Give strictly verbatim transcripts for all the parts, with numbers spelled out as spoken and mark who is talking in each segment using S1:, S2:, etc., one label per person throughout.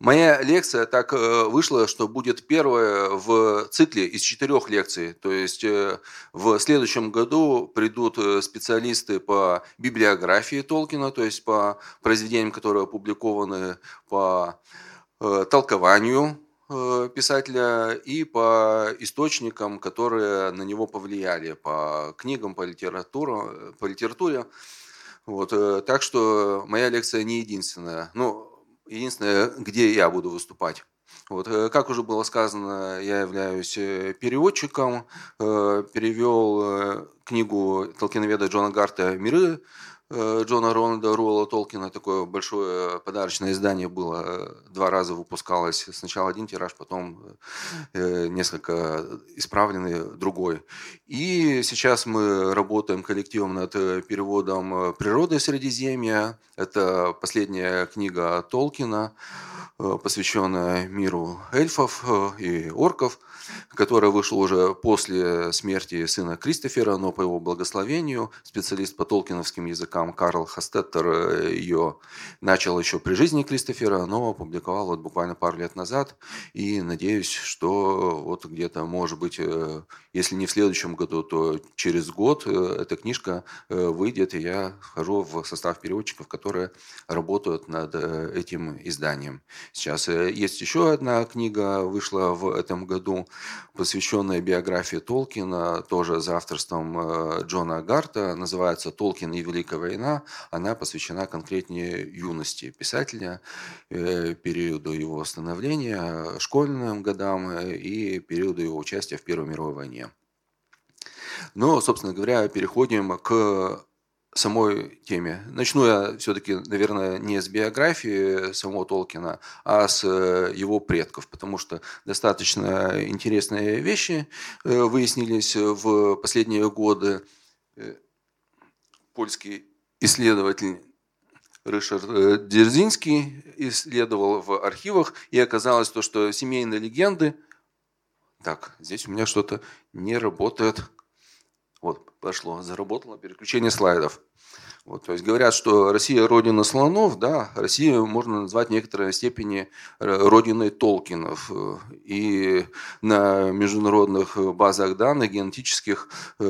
S1: Моя лекция так вышла, что будет первая в цикле из четырех лекций. То есть в следующем году придут специалисты по библиографии Толкина, то есть по произведениям, которые опубликованы, по толкованию писателя и по источникам, которые на него повлияли, по книгам, по литературе. По литературе. Вот, так что моя лекция не единственная. Ну, единственное, где я буду выступать. Вот, как уже было сказано, я являюсь переводчиком, перевел книгу толкиноведа Джона Гарта «Миры» Джона Рональда Руэлла Толкина. Такое большое подарочное издание было, два раза выпускалось. Сначала один тираж, потом несколько исправленный другой. И сейчас мы работаем коллективом над переводом «Природы Средиземья». Это последняя книга Толкина, посвященная миру эльфов и орков, которая вышла уже после смерти сына Кристофера, но по его благословению специалист по толкиновским языкам Карл Хастеттер ее начал еще при жизни Кристофера, но опубликовал вот буквально пару лет назад. И надеюсь, что вот где-то, может быть, если не в следующем году, то через год эта книжка выйдет, и я вхожу в состав переводчиков, которые работают над этим изданием. Сейчас есть еще одна книга, вышла в этом году, посвященная биографии Толкина, тоже за авторством Джона Гарта, называется «Толкин и Великая война». Она посвящена конкретнее юности писателя, периоду его становления, школьным годам и периоду его участия в Первой мировой войне. Но, собственно говоря, переходим к самой теме. Начну я все-таки, наверное, не с биографии самого Толкина, а с его предков, потому что достаточно интересные вещи выяснились в последние годы. Польский исследователь Ришард Дзержинский исследовал в архивах, и оказалось то, что семейные легенды... Так, здесь у меня что-то не работает. Вот, пошло, заработало переключение слайдов. Вот, то есть говорят, что Россия – родина слонов, да, Россию можно назвать в некоторой степени родиной Толкинов. И на международных базах данных генетических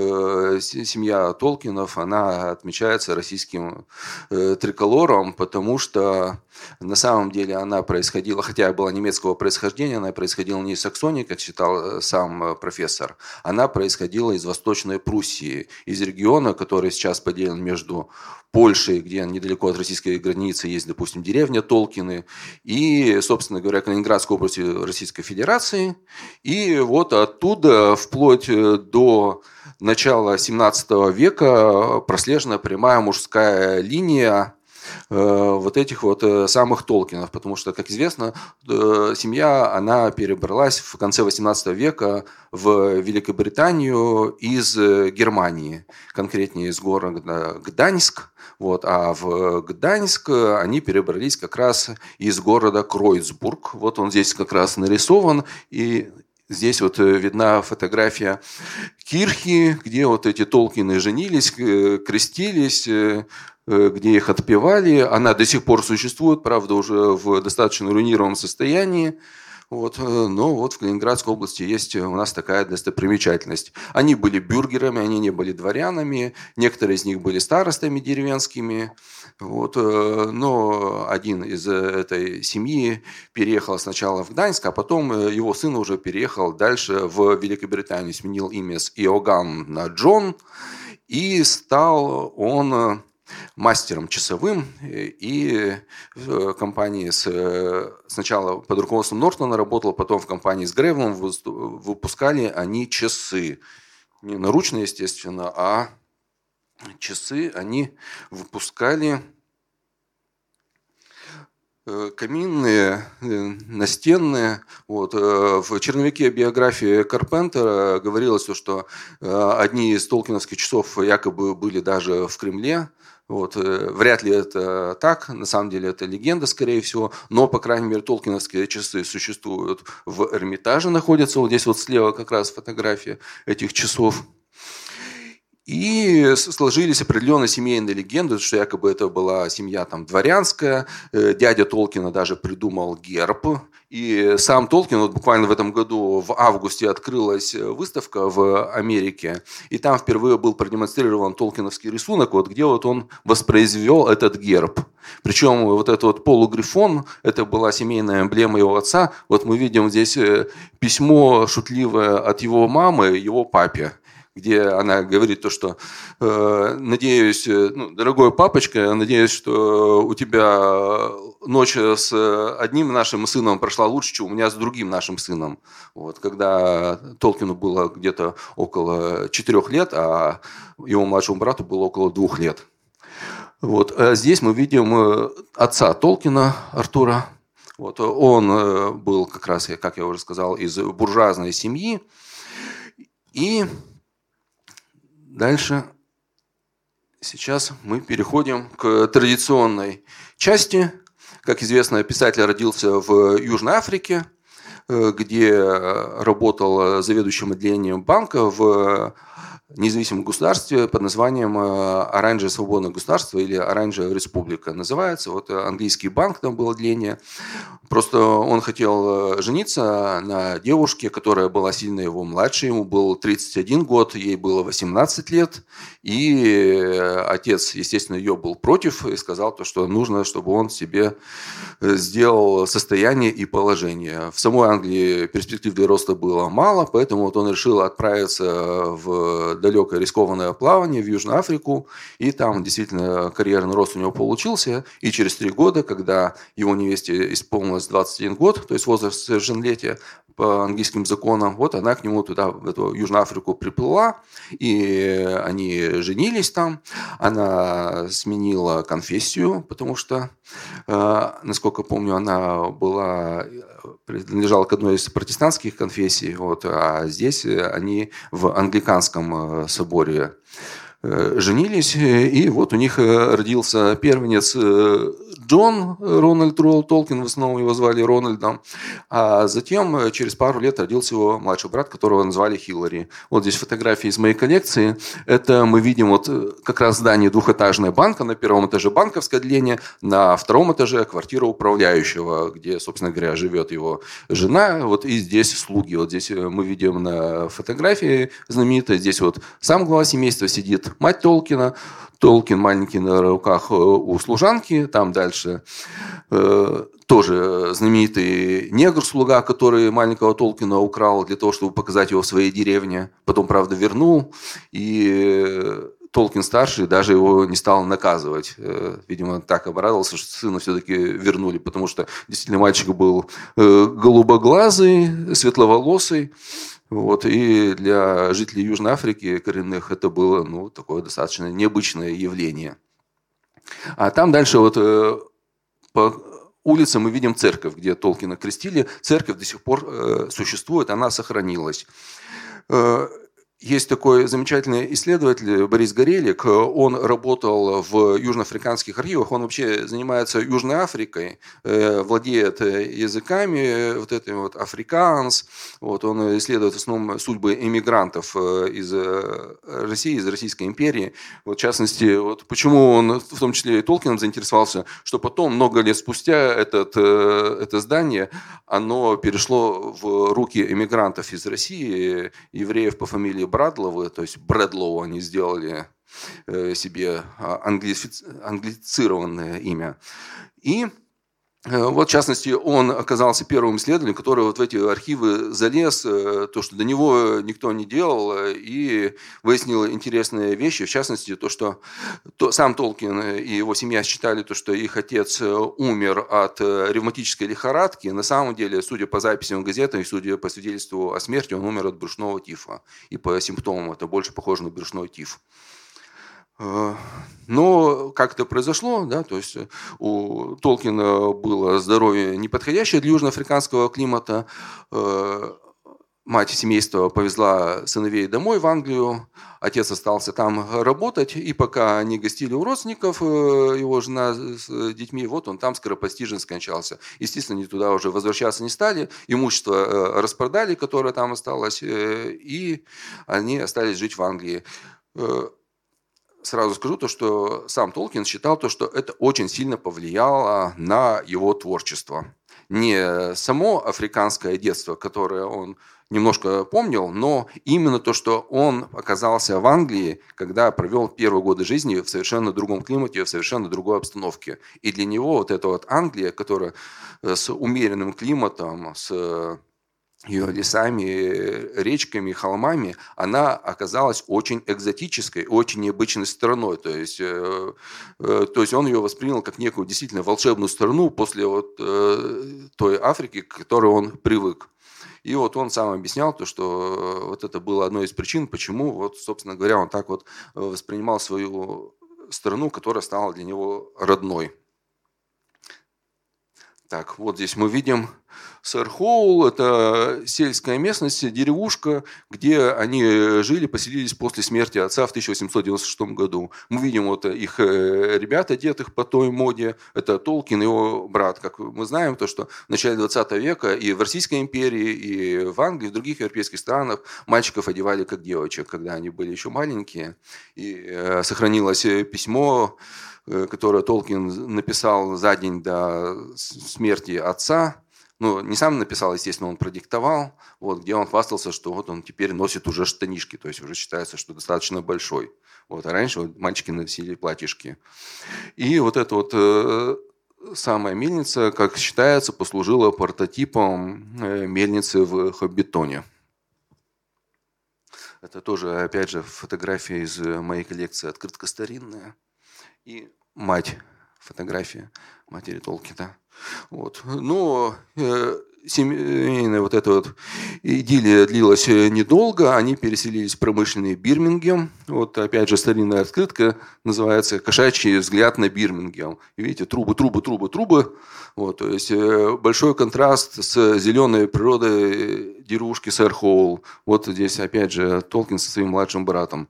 S1: семья Толкинов, она отмечается российским триколором, потому что на самом деле она происходила, хотя была немецкого происхождения, она происходила не из Саксонии, как считал сам профессор, она происходила из Восточной Пруссии, из региона, который сейчас поделен между Польшей, где недалеко от российской границы есть, допустим, деревня Толкины, и, собственно говоря, Калининградской области Российской Федерации. И вот оттуда вплоть до начала семнадцатого века прослежена прямая мужская линия вот этих вот самых Толкинов, потому что, как известно, семья, она перебралась в конце восемнадцатого века в Великобританию из Германии, конкретнее из города Гданьск, вот, а в Гданьск они перебрались как раз из города Кройцбург, вот он здесь как раз нарисован, и здесь вот видна фотография кирхи, где вот эти Толкины женились, крестились, где их отпевали. Она до сих пор существует, правда, уже в достаточно руинированном состоянии. Вот, но вот в Калининградской области есть у нас такая достопримечательность. Они были бюргерами, они не были дворянами, некоторые из них были старостами деревенскими. Вот, но один из этой семьи переехал сначала в Гданьск, а потом его сын уже переехал дальше в Великобританию, сменил имя с Иоганн на Джон, и стал он мастером часовым, и в компании с, сначала под руководством Нортона работал, потом в компании с Гревелом выпускали они часы. Не наручные, естественно, а часы они выпускали каминные, настенные. Вот. В черновике биографии Карпентера говорилось, что одни из толкиновских часов якобы были даже в Кремле. Вот. Вряд ли это так, на самом деле это легенда, скорее всего, но, по крайней мере, толкиновские часы существуют в Эрмитаже, находятся вот здесь вот слева как раз фотография этих часов. И сложились определенные семейные легенды, что якобы это была семья там дворянская. Дядя Толкина даже придумал герб. И сам Толкин, вот буквально в этом году в августе открылась выставка в Америке, и там впервые был продемонстрирован толкиновский рисунок, вот где вот он воспроизвел этот герб. Причем вот этот вот полугрифон, это была семейная эмблема его отца. Вот мы видим здесь письмо шутливое от его мамы его папе, где она говорит то, что э, надеюсь, ну, дорогой папочка, надеюсь, что у тебя ночь с одним нашим сыном прошла лучше, чем у меня с другим нашим сыном. Вот, когда Толкину было где-то около четырех лет, а его младшему брату было около двух лет. Вот. А здесь мы видим отца Толкина, Артура. Вот. Он был как раз, как я уже сказал, из буржуазной семьи. И дальше, сейчас мы переходим к традиционной части. Как известно, писатель родился в Южной Африке, где работал заведующим отделением банка в независимом государстве под названием Оранжевое свободное государство или Оранжевая республика называется. Вот английский банк там было отделение. Просто он хотел жениться на девушке, которая была сильно его младше. Ему был тридцать один год, ей было восемнадцать лет. И отец, естественно, ее был против и сказал, что нужно, чтобы он себе сделал состояние и положение. В самой Англии перспектив для роста было мало, поэтому вот он решил отправиться в далекое рискованное плавание в Южную Африку. И там действительно карьерный рост у него получился. И через три года, когда его невесте исполнилось двадцать один год, то есть возраст совершеннолетия по английским законам, вот она к нему туда, в эту Южную Африку, приплыла, и они женились там. Она сменила конфессию, потому что, насколько помню, она была, принадлежала к одной из протестантских конфессий, вот, а здесь они в англиканском соборе женились, и вот у них родился первенец Джон Рональд Толкин, в основном его звали Рональдом, а затем через пару лет родился его младший брат, которого назвали Хиллари. Вот здесь фотографии из моей коллекции. Это мы видим вот как раз здание двухэтажное банка, на первом этаже банковское отделение, на втором этаже квартира управляющего, где, собственно говоря, живет его жена, вот и здесь слуги. Вот здесь мы видим на фотографии знаменитой, здесь вот сам глава семейства сидит, мать Толкина, Толкин маленький на руках у служанки, там дальше э, тоже знаменитый негр-слуга, который маленького Толкина украл для того, чтобы показать его в своей деревне, потом, правда, вернул, и Толкин-старший даже его не стал наказывать. Видимо, так обрадовался, что сына все-таки вернули, потому что действительно мальчик был голубоглазый, светловолосый. Вот, и для жителей Южной Африки коренных это было, ну, такое достаточно необычное явление. А там дальше вот по улице мы видим церковь, где Толкина крестили. Церковь до сих пор существует, она сохранилась. Есть такой замечательный исследователь Борис Горелик. Он работал в южноафриканских архивах. Он вообще занимается Южной Африкой, владеет языками, вот этим вот африканс. Вот он исследует в основном судьбы эмигрантов из России, из Российской империи. Вот, в частности, вот почему он, в том числе и Толкином, заинтересовался, что потом, много лет спустя, этот, это здание, оно перешло в руки эмигрантов из России, евреев по фамилии Брадловы, то есть Брэдлоу они сделали себе англицированное имя. И вот, в частности, он оказался первым исследователем, который вот в эти архивы залез, то, что до него никто не делал, и выяснил интересные вещи. В частности, то, что сам Толкин и его семья считали, то, что их отец умер от ревматической лихорадки. На самом деле, судя по записям газеты и судя по свидетельству о смерти, он умер от брюшного тифа. И по симптомам это больше похоже на брюшной тиф. Но как это произошло, да, то есть у Толкина было здоровье неподходящее для южноафриканского климата. Мать семейства повезла сыновей домой в Англию, отец остался там работать, и пока они гостили у родственников, его жена с детьми, вот он там скоропостижно скончался. Естественно, они туда уже возвращаться не стали, имущество распродали, которое там осталось, и они остались жить в Англии. Сразу скажу то, что сам Толкин считал то, что это очень сильно повлияло на его творчество. Не само африканское детство, которое он немножко помнил, но именно то, что он оказался в Англии, когда провел первые годы жизни в совершенно другом климате, в совершенно другой обстановке. И для него вот эта вот Англия, которая с умеренным климатом, с ее лесами, речками, холмами, она оказалась очень экзотической, очень необычной страной. То есть, э, э, то есть он ее воспринял как некую действительно волшебную страну после вот, э, той Африки, к которой он привык. И вот он сам объяснял, то, что вот это было одной из причин, почему, вот, собственно говоря, он так вот воспринимал свою страну, которая стала для него родной. Так, вот здесь мы видим Сэр Хоул, это сельская местность, деревушка, где они жили, поселились после смерти отца в тысяча восемьсот девяносто шестом году. Мы видим вот их ребят, одетых по той моде, это Толкин и его брат. Как мы знаем, то, что в начале двадцатого века и в Российской империи, и в Англии, и в других европейских странах мальчиков одевали как девочек, когда они были еще маленькие. И сохранилось письмо, которое Толкин написал за день до смерти отца. Ну, не сам написал, естественно, он продиктовал, вот, где он хвастался, что вот он теперь носит уже штанишки, то есть уже считается, что достаточно большой. Вот, а раньше вот мальчики носили платьишки. И вот эта вот э, самая мельница, как считается, послужила прототипом э, мельницы в Хоббитоне. Это тоже, опять же, фотография из моей коллекции, открытка старинная. И мать, фотография матери Толкина. Вот. Но э, семейная вот эта вот идиллия длилась недолго. Они переселились в промышленный Бирмингем. Вот опять же старинная открытка называется «Кошачий взгляд на Бирмингем». И видите, трубы, трубы, трубы, трубы. Вот, то есть э, большой контраст с зеленой природой деревушки Сэр Хоул. Вот здесь опять же Толкин со своим младшим братом.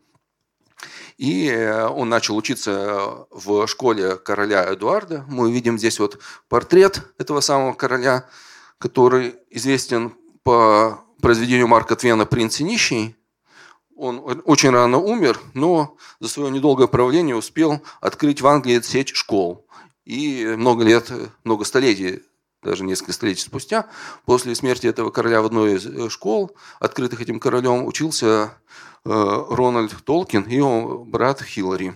S1: И он начал учиться в школе короля Эдуарда. Мы видим здесь вот портрет этого самого короля, который известен по произведению Марка Твена «Принц и нищий». Он очень рано умер, но за свое недолгое правление успел открыть в Англии сеть школ. И много лет, много столетий, даже несколько столетий спустя, после смерти этого короля в одной из школ, открытых этим королем, учился Рональд Толкин и его брат Хиллари.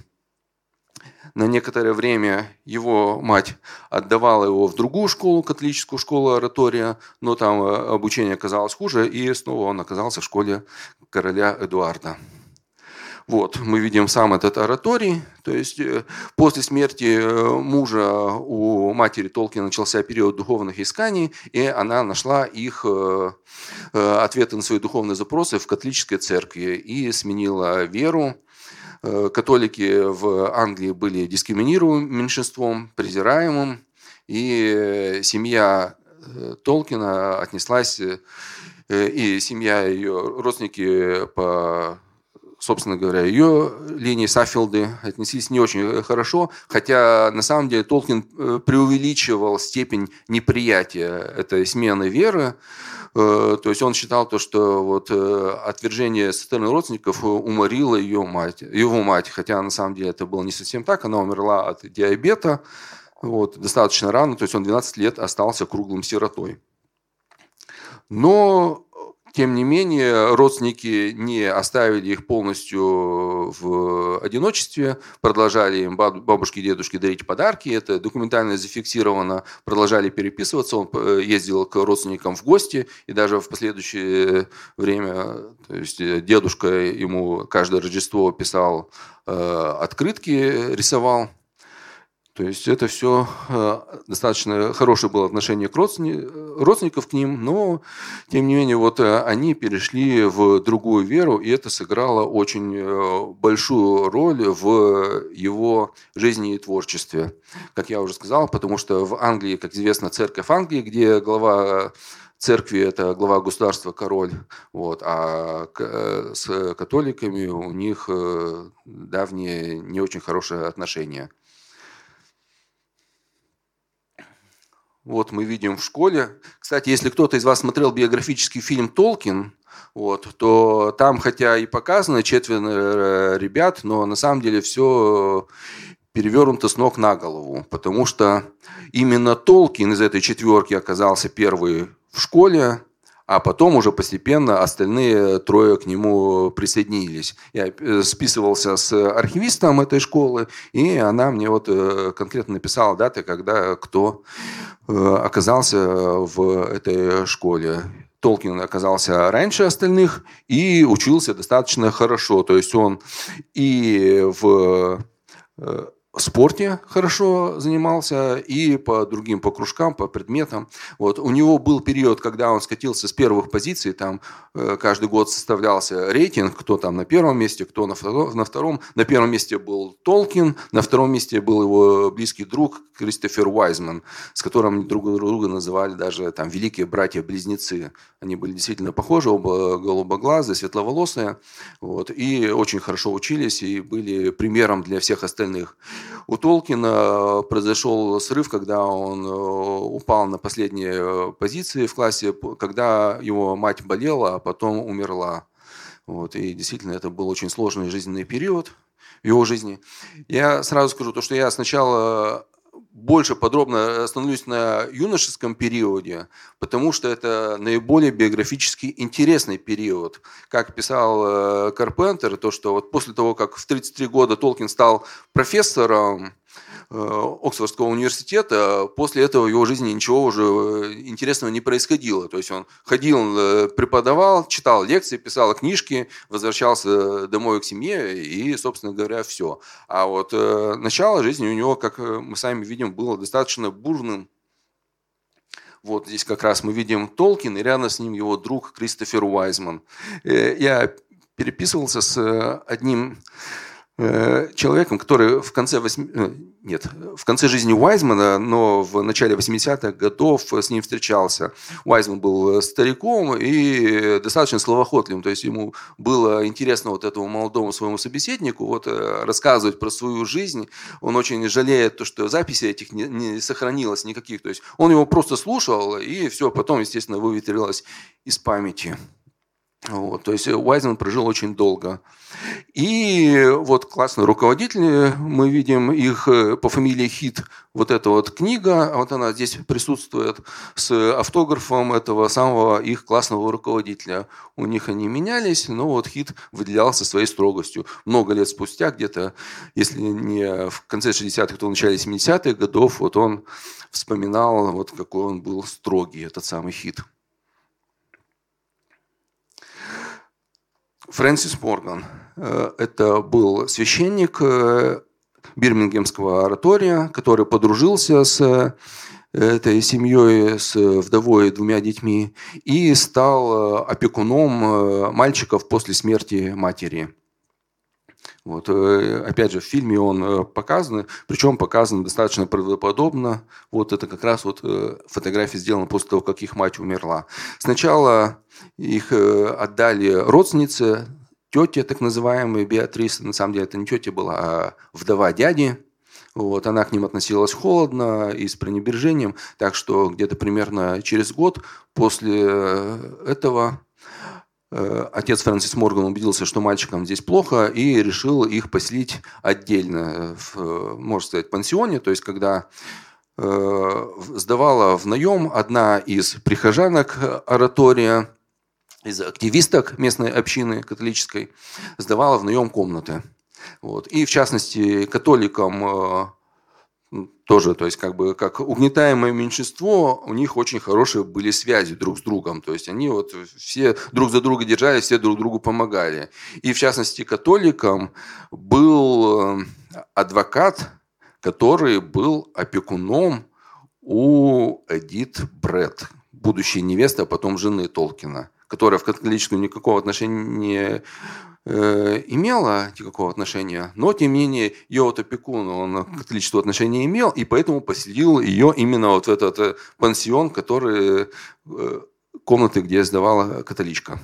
S1: На некоторое время его мать отдавала его в другую школу, католическую школу оратория, но там обучение оказалось хуже, и снова он оказался в школе короля Эдуарда. Вот, мы видим сам этот ораторий, то есть после смерти мужа у матери Толкина начался период духовных исканий, и она нашла их ответы на свои духовные запросы в католической церкви и сменила веру. Католики в Англии были дискриминируемым меньшинством, презираемым, и семья Толкина отнеслась, и семья ее, родственники по, собственно говоря, ее линии Саффилды отнеслись не очень хорошо, хотя на самом деле Толкин преувеличивал степень неприятия этой смены веры. То есть он считал, то, что вот отвержение со стороны родственников уморило ее мать, его мать, хотя на самом деле это было не совсем так, она умерла от диабета вот, достаточно рано, то есть он двенадцать лет остался круглым сиротой. Но тем не менее, родственники не оставили их полностью в одиночестве, продолжали им бабушке и дедушке дарить подарки, это документально зафиксировано, продолжали переписываться, он ездил к родственникам в гости, и даже в последующее время, то есть дедушка ему каждое Рождество писал открытки, рисовал. То есть это все достаточно хорошее было отношение к родственников к ним, но тем не менее вот они перешли в другую веру, и это сыграло очень большую роль в его жизни и творчестве. Как я уже сказал, потому что в Англии, как известно, церковь Англии, где глава церкви – это глава государства, король, вот, а с католиками у них давние не очень хорошие отношения. Вот мы видим в школе. Кстати, если кто-то из вас смотрел биографический фильм «Толкин», вот, то там, хотя и показано четверо ребят, но на самом деле все перевернуто с ног на голову, потому что именно Толкин из этой четверки оказался первый в школе, а потом уже постепенно остальные трое к нему присоединились. Я списывался с архивистом этой школы, и она мне вот конкретно написала даты, когда кто оказался в этой школе. Толкин оказался раньше остальных и учился достаточно хорошо. То есть он и в спорте хорошо занимался, и по другим, по кружкам, по предметам. Вот. У него был период, когда он скатился с первых позиций, там каждый год составлялся рейтинг, кто там на первом месте, кто на втором. На, втором. На первом месте был Толкин, на втором месте был его близкий друг Кристофер Уайзман, с которым друг друга называли даже там великие братья-близнецы. Они были действительно похожи, оба голубоглазые, светловолосые, вот, и очень хорошо учились, и были примером для всех остальных. У Толкина произошел срыв, когда он упал на последние позиции в классе, когда его мать болела, а потом умерла. Вот, и действительно, это был очень сложный жизненный период в его жизни. Я сразу скажу, то, что я сначала больше подробно остановлюсь на юношеском периоде, потому что это наиболее биографически интересный период. Как писал Карпентер, то, что вот после того, как в тридцать три года Толкин стал профессором Оксфордского университета, после этого в его жизни ничего уже интересного не происходило. То есть он ходил, преподавал, читал лекции, писал книжки, возвращался домой к семье и, собственно говоря, все. А вот начало жизни у него, как мы сами видим, было достаточно бурным. Вот здесь как раз мы видим Толкин, и рядом с ним его друг Кристофер Уайзман. Я переписывался с одним человеком, который в конце, восьми... Нет, в конце жизни Уайзмана, но в начале восьмидесятых годов с ним встречался. Уайзман был стариком и достаточно словоохотливым, то есть ему было интересно вот этому молодому своему собеседнику вот, рассказывать про свою жизнь. Он очень жалеет, то, что записей этих не, не сохранилось никаких. То есть он его просто слушал, и все, потом, естественно, выветрилось из памяти. Вот, то есть Уайзман прожил очень долго. И вот классные руководители, мы видим их по фамилии Хит. Вот эта вот книга, вот она здесь присутствует с автографом этого самого их классного руководителя. У них они менялись, но вот Хит выделялся своей строгостью. Много лет спустя, где-то, если не в конце шестидесятых, то в начале семидесятых годов, вот он вспоминал, вот какой он был строгий, этот самый Хит. Фрэнсис Морган. Это был священник Бирмингемского оратория, который подружился с этой семьей, с вдовой и двумя детьми, и стал опекуном мальчиков после смерти матери. Вот. Опять же, в фильме он показан, причем показан достаточно правдоподобно. Вот это как раз вот фотография сделана после того, как их мать умерла. Сначала их отдали родственнице, тете так называемой Беатрис. На самом деле это не тетя была, а вдова дяди. Вот. Она к ним относилась холодно и с пренебрежением. Так что где-то примерно через год после этого отец Фрэнсис Морган убедился, что мальчикам здесь плохо, и решил их поселить отдельно, в, можно сказать, пансионе. То есть, когда э, сдавала в наем одна из прихожанок оратория, из активисток местной общины католической, сдавала в наем комнаты. Вот. И, в частности, католикам э, тоже, то есть как бы как угнетаемое меньшинство, у них очень хорошие были связи друг с другом. То есть они вот все друг за друга держались, все друг другу помогали. И в частности католикам был адвокат, который был опекуном у Эдит Бретт, будущей невесты, а потом жены Толкина, которая в католичеству никакого отношения не имела никакого отношения, но тем не менее ее вот опекун, он к католичеству отношения имел, и поэтому поселил ее именно вот в этот пансион, который, комнаты, где сдавала католичка.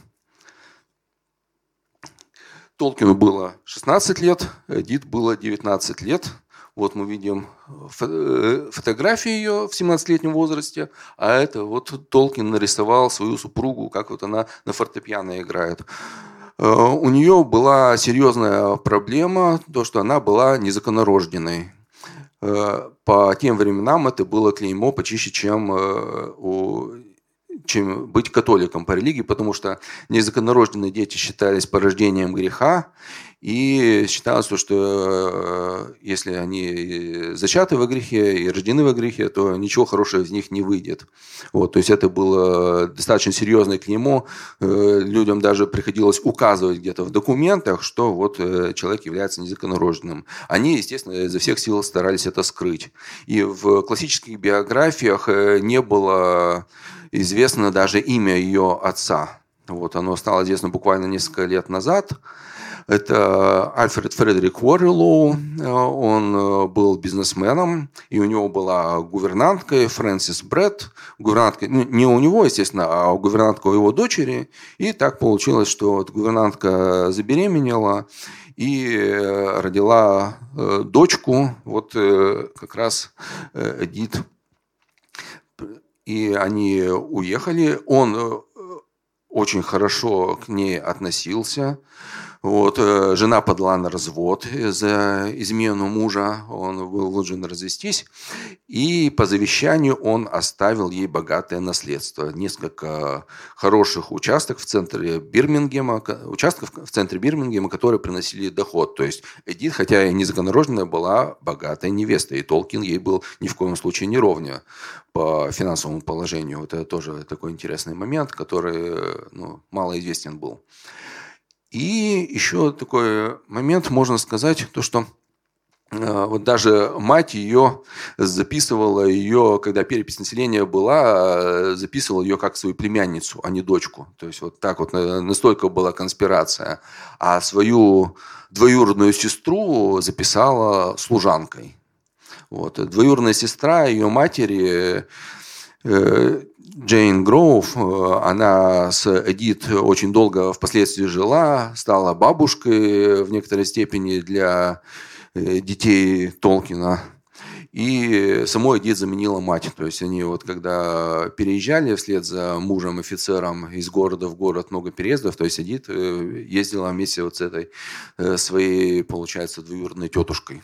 S1: Толкину было шестнадцать лет, Эдит было девятнадцать лет. Вот мы видим фо- фотографии ее в семнадцатилетнем возрасте, а это вот Толкин нарисовал свою супругу, как вот она на фортепиано играет. У нее была серьезная проблема, то, что она была незаконнорожденной. По тем временам это было клеймо почище, чем у чем быть католиком по религии, потому что незаконнорожденные дети считались порождением греха, и считалось, что если они зачаты во грехе и рождены во грехе, то ничего хорошего из них не выйдет. Вот, то есть это было достаточно серьезное клеймо. Людям даже приходилось указывать где-то в документах, что вот человек является незаконнорожденным. Они, естественно, изо всех сил старались это скрыть. И в классических биографиях не было известно даже имя ее отца. Вот, оно стало известно буквально несколько лет назад. Это Альфред Фредерик Уоррелоу. Он был бизнесменом, и у него была гувернантка Фрэнсис Бретт. Гувернантка, ну, не у него, естественно, а гувернантка у его дочери. И так получилось, что вот гувернантка забеременела и родила дочку, вот как раз Эдит. И они уехали. Он очень хорошо к ней относился. Вот, жена подала на развод за измену мужа, он был вынужден развестись, и по завещанию он оставил ей богатое наследство. Несколько хороших участков в центре Бирмингема, участков в центре Бирмингема, которые приносили доход. То есть Эдит, хотя и незаконнорожденная, была богатая невеста, и Толкин ей был ни в коем случае не ровня по финансовому положению. Вот это тоже такой интересный момент, который, ну, мало известен был. И еще такой момент, можно сказать, то, что вот даже мать ее записывала ее, когда перепись населения была, записывала ее как свою племянницу, а не дочку. То есть вот так вот настолько была конспирация. А свою двоюродную сестру записала служанкой. Вот. Двоюродная сестра ее матери, Джейн Гроув, она с Эдит очень долго впоследствии жила, стала бабушкой в некоторой степени для детей Толкина. И самой Эдит заменила мать. То есть они вот когда переезжали вслед за мужем-офицером из города в город, много переездов, то есть Эдит ездила вместе вот с этой своей, получается, двоюродной тетушкой.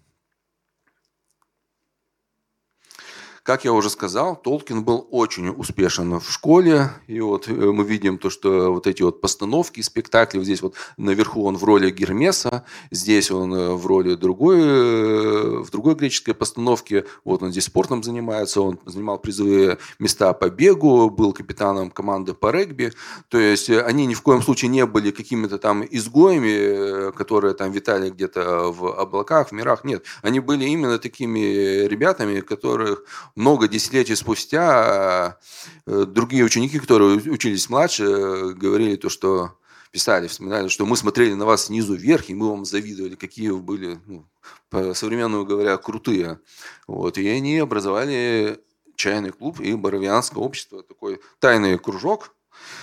S1: Как я уже сказал, Толкин был очень успешен в школе. И вот мы видим то, что вот эти вот постановки, спектакли, вот здесь вот наверху он в роли Гермеса, здесь он в роли другой, в другой греческой постановке. Вот он здесь спортом занимается, он занимал призовые места по бегу, был капитаном команды по регби. То есть они ни в коем случае не были какими-то там изгоями, которые там витали где-то в облаках, в мирах. Нет, они были именно такими ребятами, которых много десятилетий спустя другие ученики, которые учились младше, говорили то, что писали, вспоминали, что мы смотрели на вас снизу вверх, и мы вам завидовали, какие вы были, ну, по-современному говоря, крутые. Вот. И они образовали чайный клуб и Боровианское общество, такой тайный кружок.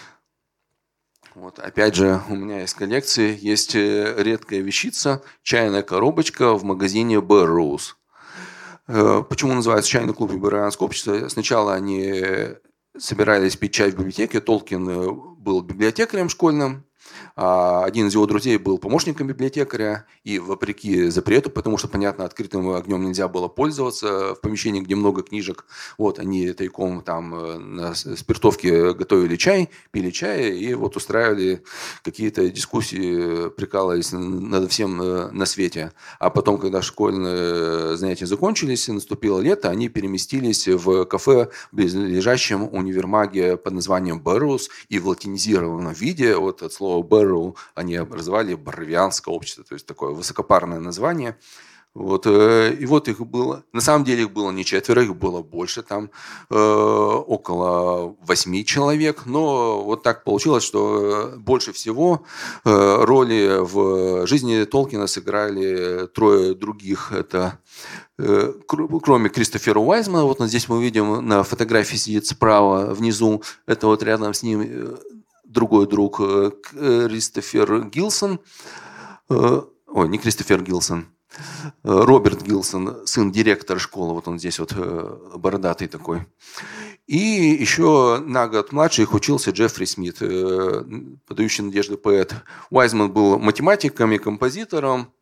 S1: Вот. Опять же, у меня из коллекции есть редкая вещица, чайная коробочка в магазине Burroughs. Почему называется чайный клуб и Боровианское общество? Сначала они собирались пить чай в библиотеке. Толкин был библиотекарем школьным. Один из его друзей был помощником библиотекаря, и вопреки запрету, потому что, понятно, открытым огнем нельзя было пользоваться в помещении, где много книжек, вот они тайком там на спиртовке готовили чай, пили чай, и вот устраивали какие-то дискуссии, прикалывались над всем на свете. А потом, когда школьные занятия закончились, наступило лето, они переместились в кафе в близлежащем универмаге под названием Burroughs, и в латинизированном виде, вот от слова Barrow, они образовали Боровианское общество, то есть такое высокопарное название. Вот, и вот их было, на самом деле их было не четверо, их было больше, там э, около восьми человек, но вот так получилось, что больше всего э, роли в жизни Толкина сыграли трое других, это э, кроме Кристофера Уайзмана, вот здесь мы видим на фотографии сидит справа внизу, это вот рядом с ним другой друг Кристофер Гилсон, ой, не Кристофер Гилсон, Роберт Гилсон, сын директора школы, вот он здесь вот бородатый такой. И еще на год младше их учился Джеффри Смит, подающий надежды поэт. Уайзман был математиком и композитором.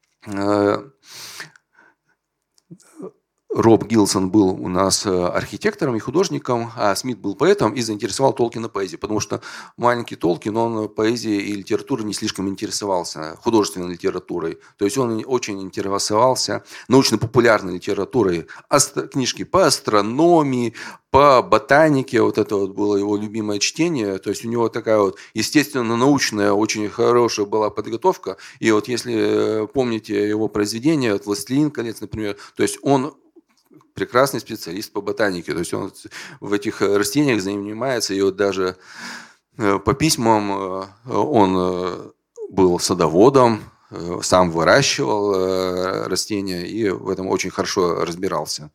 S1: Роб Гилсон был у нас архитектором и художником, а Смит был поэтом и заинтересовал Толкина поэзией, потому что маленький Толкин, он поэзией и литературой не слишком интересовался, художественной литературой. То есть он очень интересовался научно-популярной литературой, книжки по астрономии, по ботанике, вот это вот было его любимое чтение, то есть у него такая вот естественно-научная, очень хорошая была подготовка, и вот если помните его произведения, вот «Властелин колец», например, то есть он прекрасный специалист по ботанике, то есть он в этих растениях занимается, и вот даже по письмам он был садоводом, сам выращивал растения и в этом очень хорошо разбирался.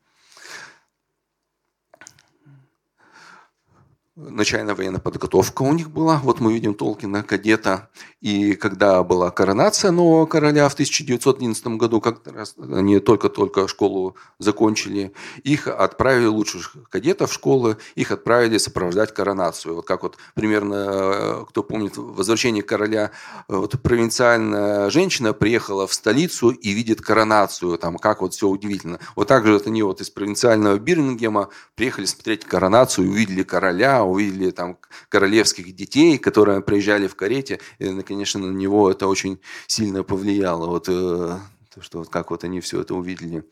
S1: Начальная военная подготовка у них была. Вот мы видим Толкина, кадета. И когда была коронация нового короля в тысяча девятьсот одиннадцатом году, как раз они только-только школу закончили, их отправили лучших кадетов в школы, их отправили сопровождать коронацию. Вот как вот примерно, кто помнит, возвращение короля, вот провинциальная женщина приехала в столицу и видит коронацию, там как вот все удивительно. Вот так же вот они вот из провинциального Бирмингема приехали смотреть коронацию, увидели короля, увидели там королевских детей, которые приезжали в карете, и, конечно, на него это очень сильно повлияло, вот, то, что вот как вот они все это увидели.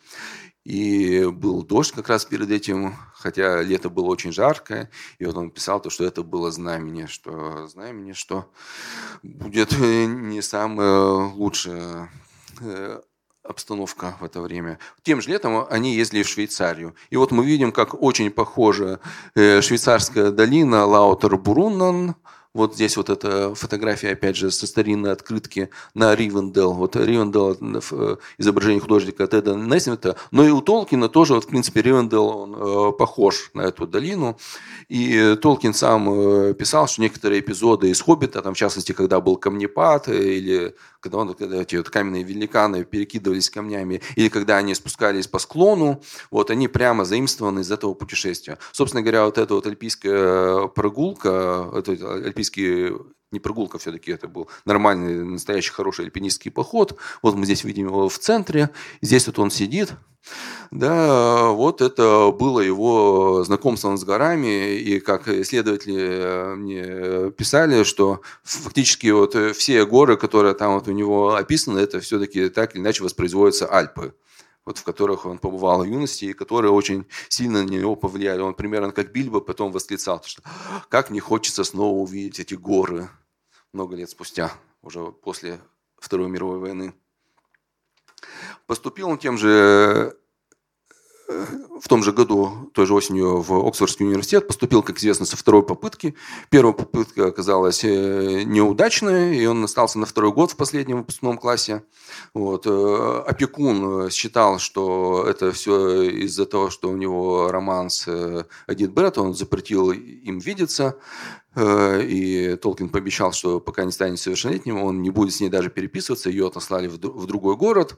S1: И был дождь как раз перед этим, хотя лето было очень жаркое, и вот он писал, то, что это было знамение, что знамение, что будет не самое лучшее обстановка в это время. Тем же летом они ездили в Швейцарию. И вот мы видим, как очень похожа швейцарская долина Лаутер-Бруннен. Вот здесь вот эта фотография, опять же, со старинной открытки на Ривендел. Вот Ривендел – изображение художника Теда Несмита. Но и у Толкина тоже, вот, в принципе, Ривендел он похож на эту долину. И Толкин сам писал, что некоторые эпизоды из «Хоббита», там, в частности, когда был камнепад, или когда, он, когда эти вот каменные великаны перекидывались камнями, или когда они спускались по склону, вот, они прямо заимствованы из этого путешествия. Собственно говоря, вот эта вот альпийская прогулка, это альпийский, не прогулка все-таки, это был нормальный, настоящий, хороший альпинистский поход. Вот мы здесь видим его в центре, здесь вот он сидит. Да, вот это было его знакомством с горами, и как исследователи мне писали, что фактически вот все горы, которые там вот у него описаны, это все-таки так или иначе воспроизводятся Альпы, вот в которых он побывал в юности, и которые очень сильно на него повлияли. Он примерно как Бильбо потом восклицал, что как не хочется снова увидеть эти горы много лет спустя, уже после Второй мировой войны. Поступил он тем же, в том же году, той же осенью, в Оксфордский университет. Поступил, как известно, со второй попытки. Первая попытка оказалась неудачной, и он остался на второй год в последнем выпускном классе. Вот. Опекун считал, что это все из-за того, что у него роман с Эдит Бретт, он запретил им видеться. И Толкин пообещал, что пока не станет совершеннолетним, он не будет с ней даже переписываться. Ее отослали в другой город.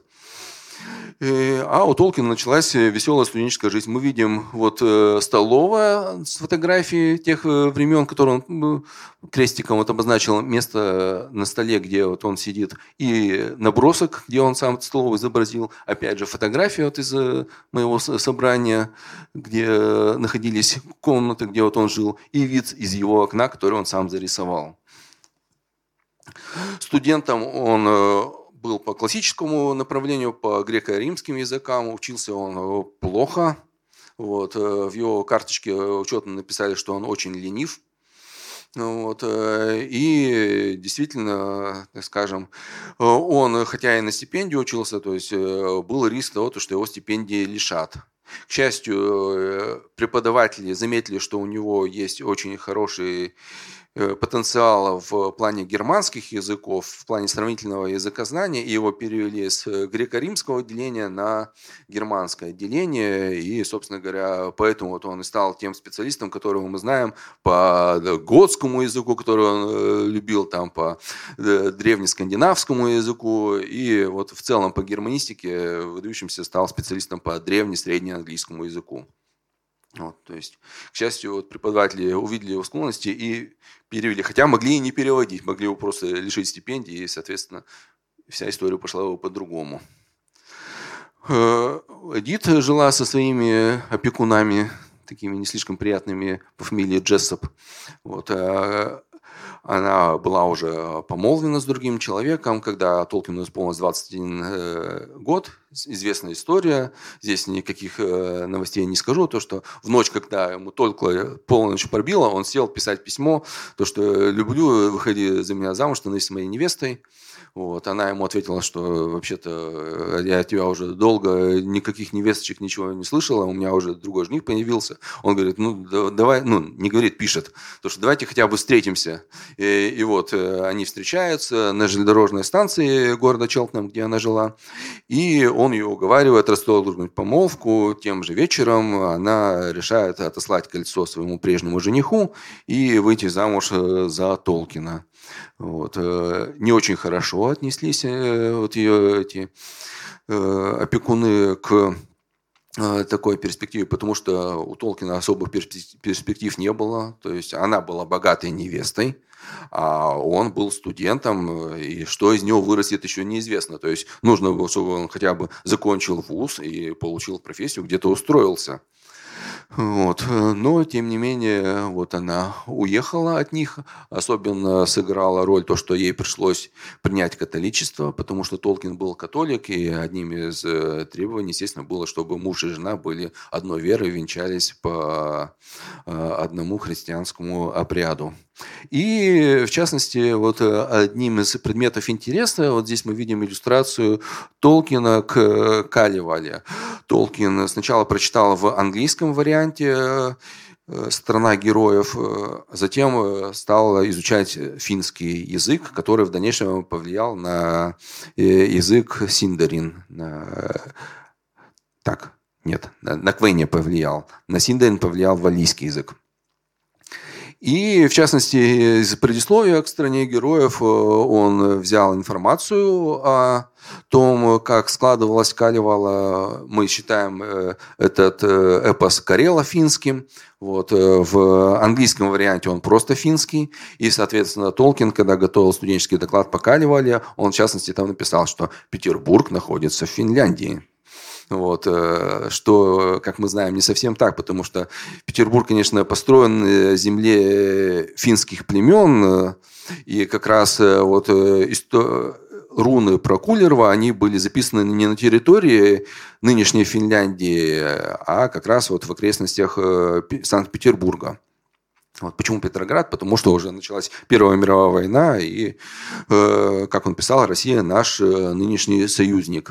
S1: А у Толкина началась веселая студенческая жизнь. Мы видим вот столовая с фотографией тех времен, которые он крестиком вот обозначил место на столе, где вот он сидит, и набросок, где он сам столовую изобразил. Опять же, фотография вот из моего собрания, где находились комнаты, где вот он жил, и вид из его окна, который он сам зарисовал. Студентом он был по классическому направлению, по греко-римским языкам, учился он плохо. Вот. В его карточке учетно написали, что он очень ленив. Вот. И действительно, так скажем, он, хотя и на стипендию учился, то есть был риск того, что его стипендии лишат. К счастью, преподаватели заметили, что у него есть очень хороший потенциала в плане германских языков, в плане сравнительного языкознания, и его перевели с греко-римского отделения на германское отделение, и, собственно говоря, поэтому вот он и стал тем специалистом, которого мы знаем по готскому языку, который он любил, там, по древнескандинавскому языку, и вот в целом по германистике выдающимся стал специалистом по древне-среднеанглийскому языку. Вот, то есть, к счастью, вот преподаватели увидели его склонности и перевели. Хотя могли и не переводить, могли его просто лишить стипендии, и, соответственно, вся история пошла его по-другому. Эдит жила со своими опекунами, такими не слишком приятными, по фамилии Джессоп. Вот, она была уже помолвлена с другим человеком, когда Толкину исполнилось двадцать один год. Известная история. Здесь никаких новостей не скажу. То, что в ночь, когда ему только полночь пробило, он сел писать письмо, то, что «люблю, выходи за меня замуж, становись моей невестой». Вот. Она ему ответила, что вообще-то я от тебя уже долго никаких невесточек ничего не слышала, у меня уже другой жених появился. Он говорит, ну давай, ну не говорит, пишет, то что давайте хотя бы встретимся. И, и вот они встречаются на железнодорожной станции города Челтнам, где она жила, и он ее уговаривает расторгнуть помолвку. Тем же вечером она решает отослать кольцо своему прежнему жениху и выйти замуж за Толкина. Вот. Не очень хорошо отнеслись вот ее эти опекуны к такой перспективе, потому что у Толкина особых перспектив не было. То есть она была богатой невестой, а он был студентом, и что из него вырастет, еще неизвестно. То есть нужно было, чтобы он хотя бы закончил вуз и получил профессию, где-то устроился. Вот. Но, тем не менее, вот она уехала от них. Особенно сыграла роль то, что ей пришлось принять католичество, потому что Толкин был католик, и одним из требований, естественно, было, чтобы муж и жена были одной веры, венчались по одному христианскому обряду. И, в частности, вот одним из предметов интереса, вот здесь мы видим иллюстрацию Толкина к Калевале. Толкин сначала прочитал в английском варианте «Страна героев», затем стал изучать финский язык, который в дальнейшем повлиял на язык синдарин. Так, нет, на квене повлиял. На синдарин повлиял валлийский язык. И, в частности, из предисловия к «Стране героев» он взял информацию о том, как складывалась Калевала. Мы считаем этот эпос карело-финским. Вот. В английском варианте он просто финский. И, соответственно, Толкин, когда готовил студенческий доклад по Калевале, он, в частности, там написал, что Петербург находится в Финляндии. Вот, что, как мы знаем, не совсем так, потому что Петербург, конечно, построен на земле финских племен, и как раз вот руны про Кулерва, они были записаны не на территории нынешней Финляндии, а как раз вот в окрестностях Санкт-Петербурга. Вот. Почему Петроград? Потому что уже началась Первая мировая война, и, как он писал, Россия наш нынешний союзник.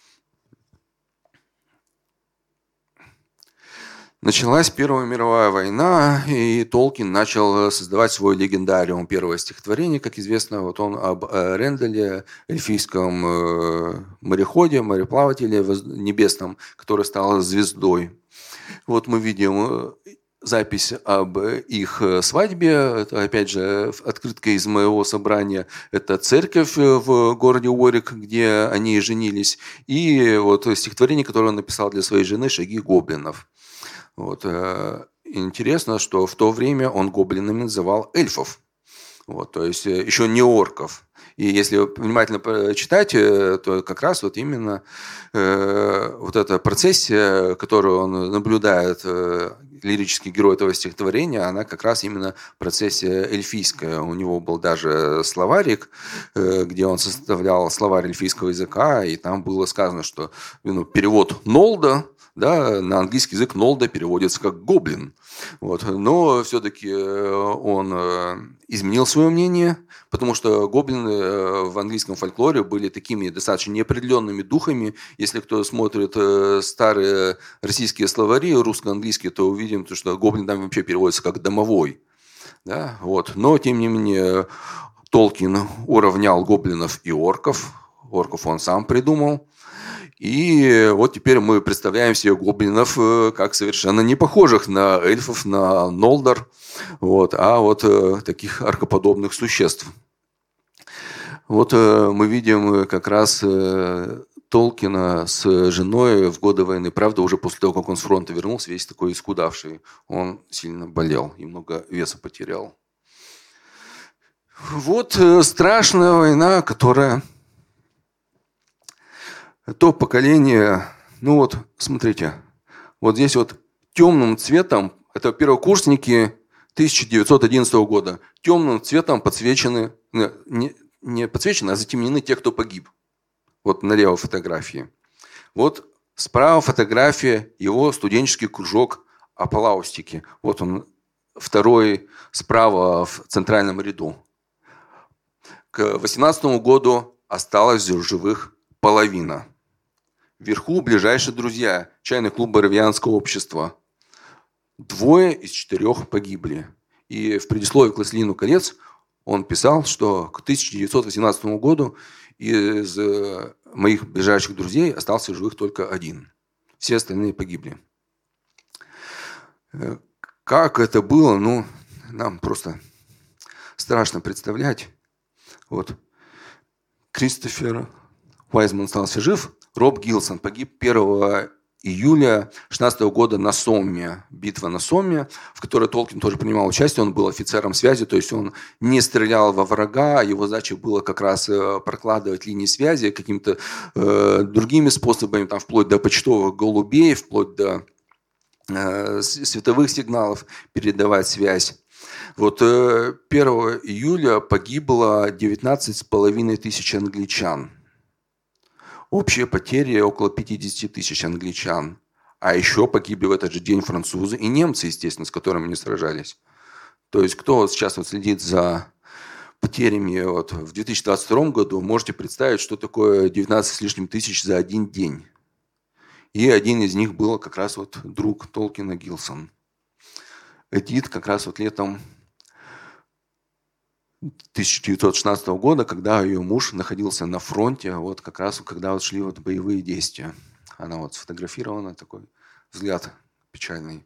S1: Началась Первая мировая война, и Толкин начал создавать свой легендариум. Первое стихотворение, как известно, вот он об Ренделе, эльфийском мореходе, мореплавателе небесном, который стал звездой. Вот мы видим запись об их свадьбе. Это, опять же, открытка из моего собрания. Это церковь в городе Уорик, где они женились. И вот стихотворение, которое он написал для своей жены «Шаги гоблинов». Вот. Интересно, что в то время он гоблинами называл эльфов, вот, то есть еще не орков. И если внимательно читать, то как раз вот именно э, вот эта процессия, которую он наблюдает, э, лирический герой этого стихотворения, она как раз именно процессия эльфийская. У него был даже словарик, э, где он составлял словарь эльфийского языка, и там было сказано, что ну, перевод Нолда, да, на английский язык Нолда переводится как «гоблин». Вот. Но все-таки он изменил свое мнение, потому что гоблины в английском фольклоре были такими достаточно неопределенными духами. Если кто смотрит старые российские словари, русско-английские, то увидим, что гоблин там вообще переводится как «домовой». Да, вот. Но, тем не менее, Толкин уравнял гоблинов и орков. Орков он сам придумал. И вот теперь мы представляем себе гоблинов как совершенно не похожих на эльфов, на Нолдор, вот, а вот таких аркоподобных существ. Вот мы видим как раз Толкина с женой в годы войны. Правда, уже после того, как он с фронта вернулся, весь такой исхудавший. Он сильно болел и много веса потерял. Вот страшная война, которая... То поколение... Ну вот, смотрите. Вот здесь вот темным цветом, это первокурсники тысяча девятьсот одиннадцатого года, темным цветом подсвечены, не, не подсвечены, а затемнены те, кто погиб. Вот на левой фотографии. Вот справа фотография его студенческий кружок Апалаустики. Вот он второй справа в центральном ряду. К восемнадцатому году осталось в живых половина. Вверху ближайшие друзья, чайный клуб Боровианского общества. Двое из четырех погибли. И в предисловии к «Властелину колец» он писал, что к тысяча девятьсот восемнадцатому году из моих ближайших друзей остался живых только один. Все остальные погибли. Как это было, ну, нам просто страшно представлять. Вот. Кристофер Уайзман остался жив. Роб Гилсон погиб первого июля шестнадцатого года на Сомме. Битва на Сомме, в которой Толкин тоже принимал участие. Он был офицером связи, то есть он не стрелял во врага. Его задача была как раз прокладывать линии связи какими-то э, другими способами, там, вплоть до почтовых голубей, вплоть до э, световых сигналов передавать связь. Вот э, первого июля погибло девятнадцать с половиной тысяч англичан. Общие потери около пятьдесят тысяч англичан. А еще погибли в этот же день французы и немцы, естественно, с которыми они сражались. То есть кто сейчас вот следит за потерями вот в две тысячи двадцать втором году, можете представить, что такое девятнадцать с лишним тысяч за один день. И один из них был как раз вот друг Толкина Гилсон. Эдит как раз вот летом тысяча девятьсот шестнадцатого года, когда ее муж находился на фронте, вот как раз когда вот шли вот боевые действия. Она вот сфотографирована, такой взгляд печальный.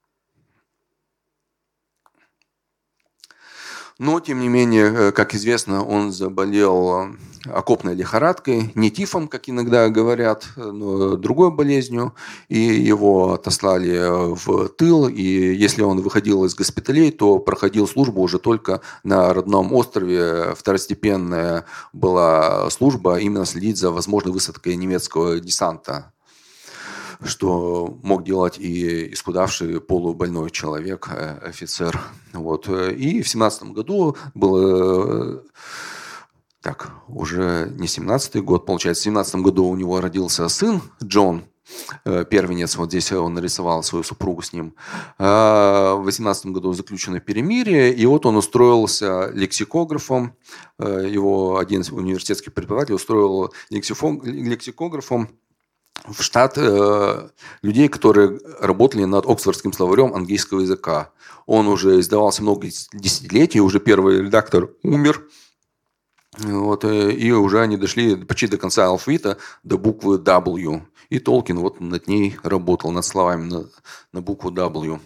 S1: Но, тем не менее, как известно, он заболел окопной лихорадкой, не тифом, как иногда говорят, но другой болезнью. И его отослали в тыл. И если он выходил из госпиталей, то проходил службу уже только на родном острове. Второстепенная была служба именно следить за возможной высадкой немецкого десанта, что мог делать и исхудавший полубольной человек, офицер. Вот. И в семнадцатом году было, так, уже не семнадцатый год, получается, в семнадцатом году у него родился сын Джон, первенец, вот здесь он нарисовал свою супругу с ним. В восемнадцатом году заключено перемирие, и вот он устроился лексикографом, его один университетский преподаватель устроил лексикографом в штат э, людей, которые работали над Оксфордским словарем английского языка. Он уже издавался много десятилетий, уже первый редактор умер. Вот, э, и уже они дошли почти до конца алфавита, до буквы W. И Толкин вот над ней работал, над словами на, на букву W.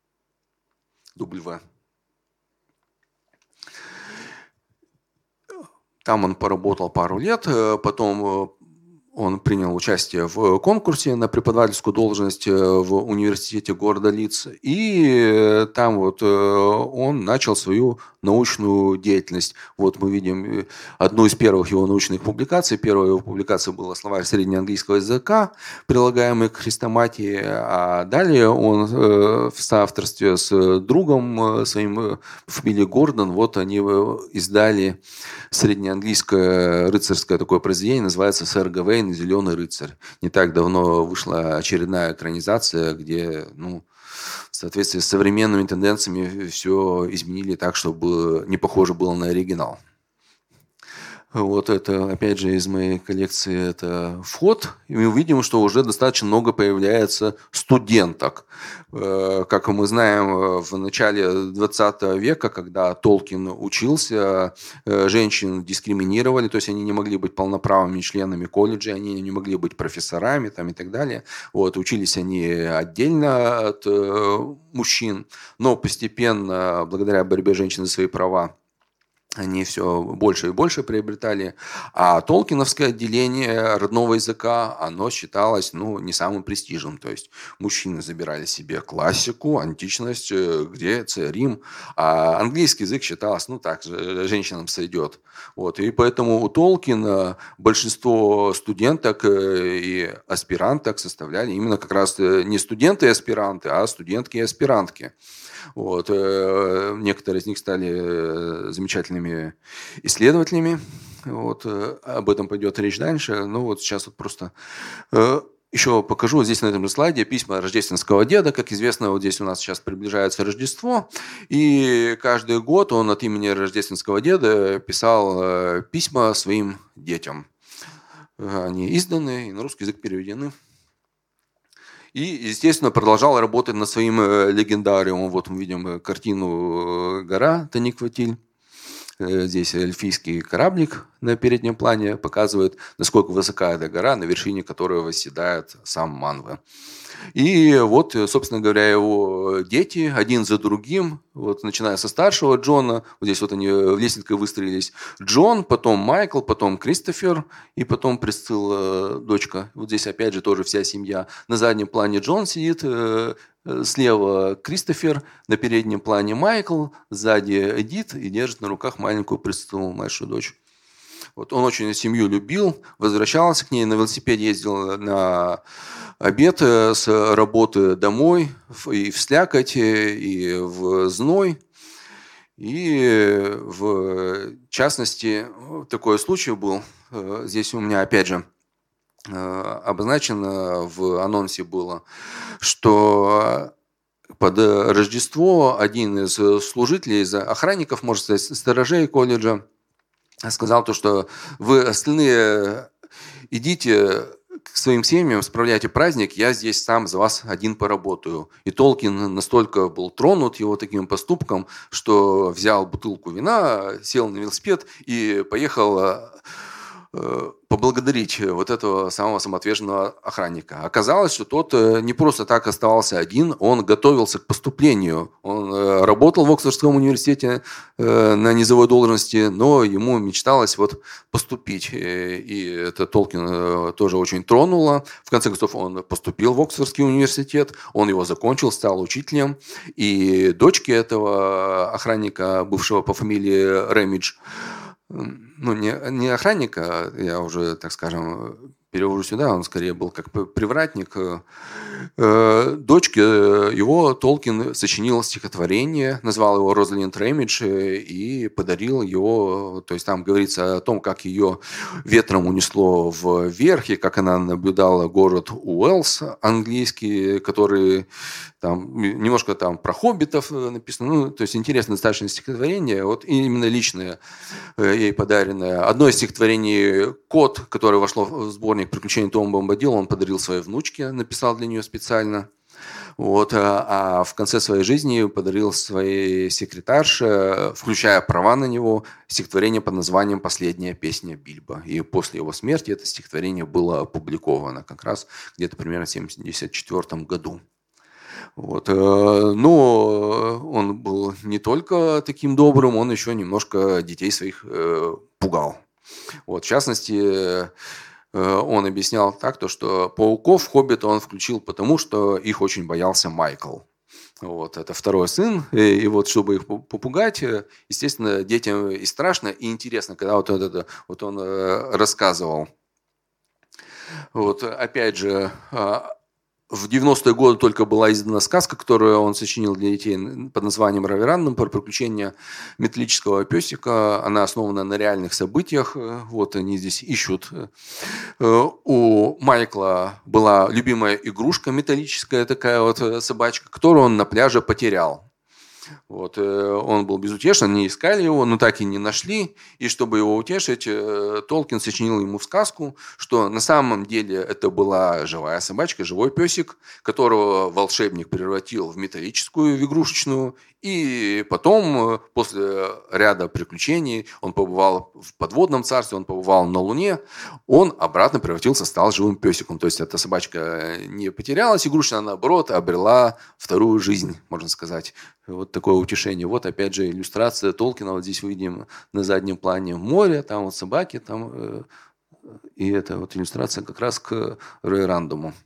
S1: W. Там он поработал пару лет, потом он принял участие в конкурсе на преподавательскую должность в университете города Лидс. И там вот он начал свою научную деятельность. Вот мы видим одну из первых его научных публикаций. Первая его публикация была «Словарь среднеанглийского языка», прилагаемый к хрестоматии. А далее он в соавторстве с другом своим по фамилии Гордон, вот они издали среднеанглийское рыцарское такое произведение, называется «Сэр Гавейн и Зеленый рыцарь». Не так давно вышла очередная экранизация, где, ну, в соответствии с современными тенденциями все изменили так, чтобы не похоже было на оригинал. Вот это, опять же, из моей коллекции это вход. И мы увидим, что уже достаточно много появляется студенток. Как мы знаем, в начале двадцатого века, когда Толкин учился, женщин дискриминировали, то есть они не могли быть полноправными членами колледжа, они не могли быть профессорами там, и так далее. Вот, учились они отдельно от мужчин, но постепенно, благодаря борьбе женщин за свои права, они все больше и больше приобретали. А толкиновское отделение родного языка, оно считалось ну, не самым престижным. То есть мужчины забирали себе классику, античность, Греция, Рим. А английский язык считался, ну так, женщинам сойдет. Вот. И поэтому у Толкина большинство студенток и аспиранток составляли именно как раз не студенты и аспиранты, а студентки и аспирантки. Вот. Некоторые из них стали замечательными исследователями. Вот. Об этом пойдет речь дальше. Ну вот сейчас вот просто еще покажу вот здесь на этом же слайде письма рождественского деда. Как известно, вот здесь у нас сейчас приближается Рождество. И каждый год он от имени рождественского деда писал письма своим детям. Они изданы и на русский язык переведены. И, естественно, продолжал работать над своим легендариумом. Вот мы видим картину «Гора» Таникватиль. Здесь эльфийский кораблик на переднем плане показывает, насколько высока эта гора, на вершине которой восседает сам Манве. И вот, собственно говоря, его дети один за другим, вот, начиная со старшего Джона, вот здесь вот они в лестнице выстроились, Джон, потом Майкл, потом Кристофер и потом Присцилла, дочка. Вот здесь опять же тоже вся семья. На заднем плане Джон сидит, слева Кристофер, на переднем плане Майкл, сзади Эдит и держит на руках маленькую Присциллу, младшую дочь. Вот он очень семью любил, возвращался к ней, на велосипеде ездил на обед с работы домой, и в слякоть, и в зной. И в частности, такой случай был, здесь у меня опять же обозначено в анонсе было, что под Рождество один из служителей, из охранников, можно сказать, сторожей колледжа, сказал то, что вы остальные идите к своим семьям, справляйте праздник, я здесь сам за вас один поработаю. И Толкин настолько был тронут его таким поступком, что взял бутылку вина, сел на велосипед и поехал поблагодарить вот этого самого самоотверженного охранника. Оказалось, что тот не просто так оставался один, он готовился к поступлению. Он работал в Оксфордском университете на низовой должности, но ему мечталось вот поступить. И это Толкин тоже очень тронуло. В конце концов, он поступил в Оксфордский университет, он его закончил, стал учителем. И дочке этого охранника, бывшего по фамилии Рэмидж, ну, не, не охранника, я уже, так скажем, перевожу сюда, он скорее был как привратник. Дочке его Толкин сочинил стихотворение, назвал его «Розалинд Рэмидж» и подарил его, то есть там говорится о том, как ее ветром унесло вверх, и как она наблюдала город Уэллс английский, который там немножко там про хоббитов написано, ну, то есть интересное достаточно стихотворение, вот именно личное ей подаренное. Одно из стихотворений «Кот», которое вошло в сборник «Приключения Тома Бомбадила», он подарил своей внучке, написал для нее специально. Вот, а в конце своей жизни подарил своей секретарше, включая права на него, стихотворение под названием «Последняя песня Бильбо». И после его смерти это стихотворение было опубликовано как раз где-то примерно в семьдесят четвёртом году. Вот. Но он был не только таким добрым, он еще немножко детей своих пугал. Вот. В частности, он объяснял так, то, что пауков Хоббита он включил потому, что их очень боялся Майкл. Вот, это второй сын, и вот чтобы их попугать, естественно, детям и страшно, и интересно, когда вот, это, вот он рассказывал. Вот, опять же, в девяностые годы только была издана сказка, которую он сочинил для детей под названием «Раверандом» про приключения металлического песика. Она основана на реальных событиях. Вот они здесь ищут. У Майкла была любимая игрушка металлическая, такая вот собачка, которую он на пляже потерял. Вот. Он был безутешен, они искали его, но так и не нашли. И чтобы его утешить, Толкин сочинил ему сказку, что на самом деле это была живая собачка, живой песик, которого волшебник превратил в металлическую, в игрушечную. И потом, после ряда приключений, он побывал в подводном царстве, он побывал на Луне, он обратно превратился, стал живым песиком. То есть эта собачка не потерялась игрушечная, а наоборот обрела вторую жизнь, можно сказать. Вот такое утешение. Вот опять же иллюстрация Толкина. Вот здесь видим на заднем плане море, там вот собаки, там, и это вот иллюстрация как раз к Рейрандому.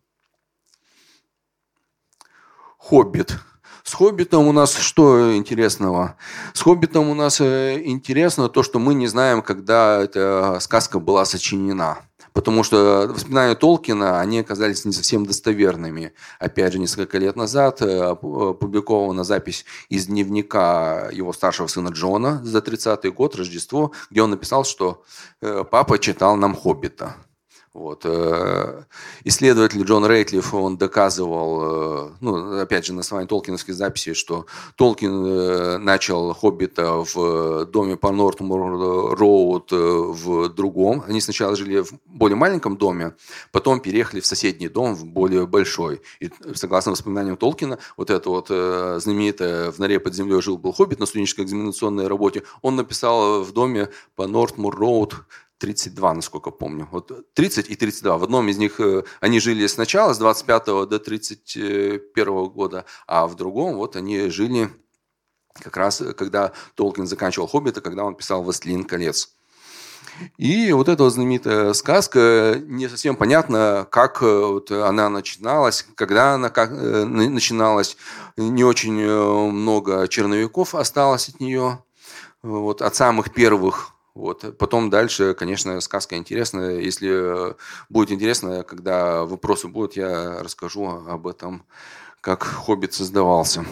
S1: «Хоббит». С «Хоббитом» у нас что интересного? С «Хоббитом» у нас интересно то, что мы не знаем, когда эта сказка была сочинена. Потому что воспоминания Толкина, они оказались не совсем достоверными. Опять же, несколько лет назад опубликована запись из дневника его старшего сына Джона за тридцатый год, Рождество, где он написал, что папа читал нам «Хоббита». Вот. Исследователь Джон Рейтлиф, он доказывал, ну, опять же, на основании толкиновской записи, что Толкин начал «Хоббита» в доме по Нортмур-роуд в другом. Они сначала жили в более маленьком доме, потом переехали в соседний дом, в более большой. И, согласно воспоминаниям Толкина, вот это вот знаменитое «В норе под землей жил-был Хоббит» на студенческой экзаменационной работе, он написал в доме по Нортмур-роуд тридцать два, насколько помню. Вот тридцать и тридцать два. В одном из них они жили сначала, с двадцать пятого до тридцать первого года, а в другом вот они жили как раз, когда Толкин заканчивал «Хоббита», когда он писал «Властелин колец». И вот эта вот знаменитая сказка, не совсем понятно, как вот она начиналась, когда она как начиналась. Не очень много черновиков осталось от нее, вот, от самых первых. Вот. Потом дальше, конечно, сказка интересная. Если будет интересно, когда вопросы будут, я расскажу об этом, как «Хоббит» создавался.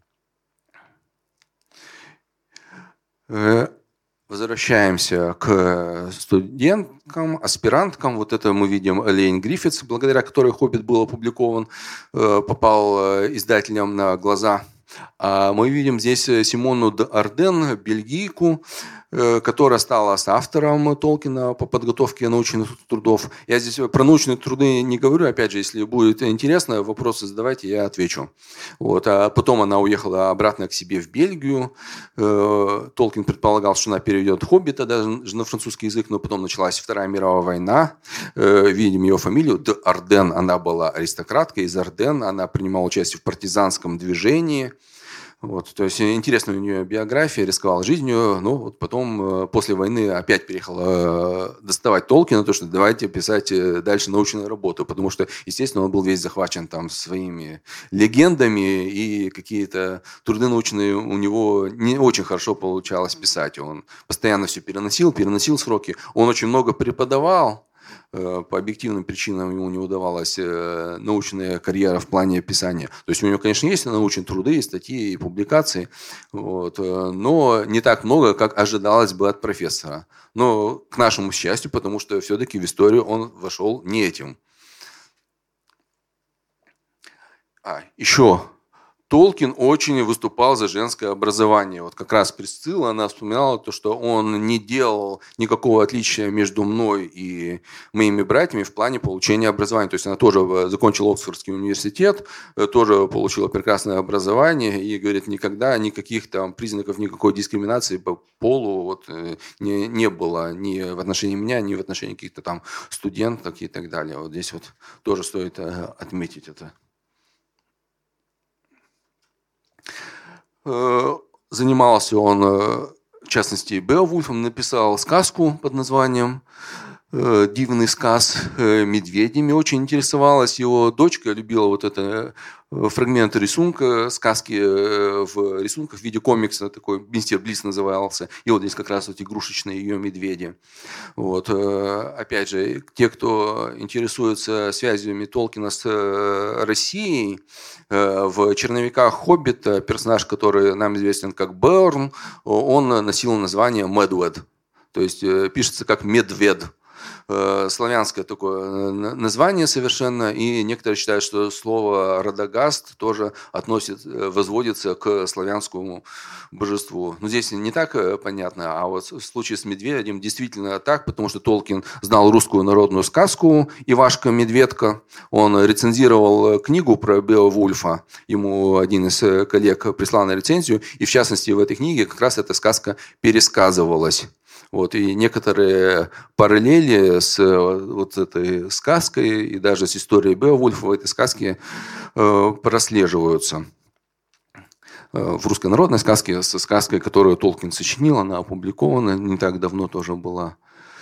S1: Возвращаемся к студенткам, аспиранткам. Вот это мы видим Элейн Гриффитс, благодаря которой «Хоббит» был опубликован, попал издателям на глаза. А мы видим здесь Симону д'Арден, бельгийку, которая стала соавтором Толкина по подготовке научных трудов. Я здесь про научные труды не говорю, опять же, если будет интересно, вопросы задавайте, я отвечу. Вот. А потом она уехала обратно к себе в Бельгию. Толкин предполагал, что она переведет «Хоббита» даже на французский язык, но потом началась Вторая мировая война. Видим ее фамилию д'Арден, она была аристократкой из Арден, она принимала участие в партизанском движении. Вот, то есть интересная у нее биография, рисковала жизнью, но вот потом после войны опять переехала доставать Толкина, то что давайте писать дальше научную работу, потому что, естественно, он был весь захвачен там своими легендами, и какие-то труды научные у него не очень хорошо получалось писать. Он постоянно все переносил, переносил сроки. Он очень много преподавал. По объективным причинам ему не удавалась научная карьера в плане писания. То есть у него, конечно, есть научные труды, статьи и публикации, вот, но не так много, как ожидалось бы от профессора. Но к нашему счастью, потому что все-таки в историю он вошел не этим. А, еще. Толкин очень выступал за женское образование. Вот как раз Присцилла, она вспоминала то, что он не делал никакого отличия между мной и моими братьями в плане получения образования. То есть она тоже закончила Оксфордский университет, тоже получила прекрасное образование и, говорит, никогда никаких там признаков никакой дискриминации по полу вот, не, не было ни в отношении меня, ни в отношении каких-то там студенток и так далее. Вот здесь вот тоже стоит отметить это. Занимался он, в частности, Беовульфом, написал сказку под названием «Дивный сказ медведями». Очень интересовалась его дочка, любила вот это фрагменты рисунка, сказки в рисунках в виде комикса, такой «Мистер Блиц» назывался. И вот здесь как раз вот игрушечные ее медведи. Вот. Опять же, те, кто интересуется связями Толкина с Россией, в черновиках «Хоббита» персонаж, который нам известен как Беорн, он носил название Медвед. То есть пишется как «медвед». э, славянское такое название совершенно, и некоторые считают, что слово «Радагаст» тоже относит, возводится к славянскому божеству. Но здесь не так понятно, а вот в случае с медведем действительно так, потому что Толкин знал русскую народную сказку «Ивашка-медведка». Он рецензировал книгу про Беовульфа, ему один из коллег прислал на рецензию, и в частности в этой книге как раз эта сказка пересказывалась. Вот, и некоторые параллели с вот этой сказкой и даже с историей Беовульфа в этой сказке э, прослеживаются. В русской народной сказке, со сказкой, которую Толкин сочинил, она опубликована не так давно тоже была.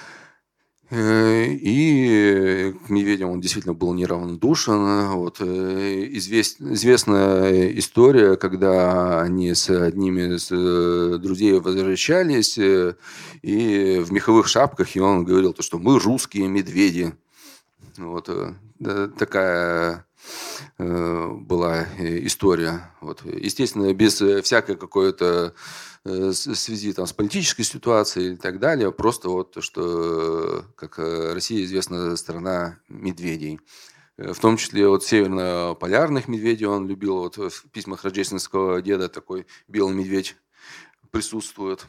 S1: И к медведям он действительно был неравнодушен. Вот. Извест, известная история, когда они с одними из друзей возвращались и в меховых шапках, и он говорил, что мы русские медведи. Вот. Такая была история. Вот. Естественно, без всякой какой-то связи там, с политической ситуацией и так далее. Просто вот то, что, как Россия известна страна медведей. В том числе вот северно-полярных медведей он любил. Вот в письмах рождественского деда такой белый медведь присутствует.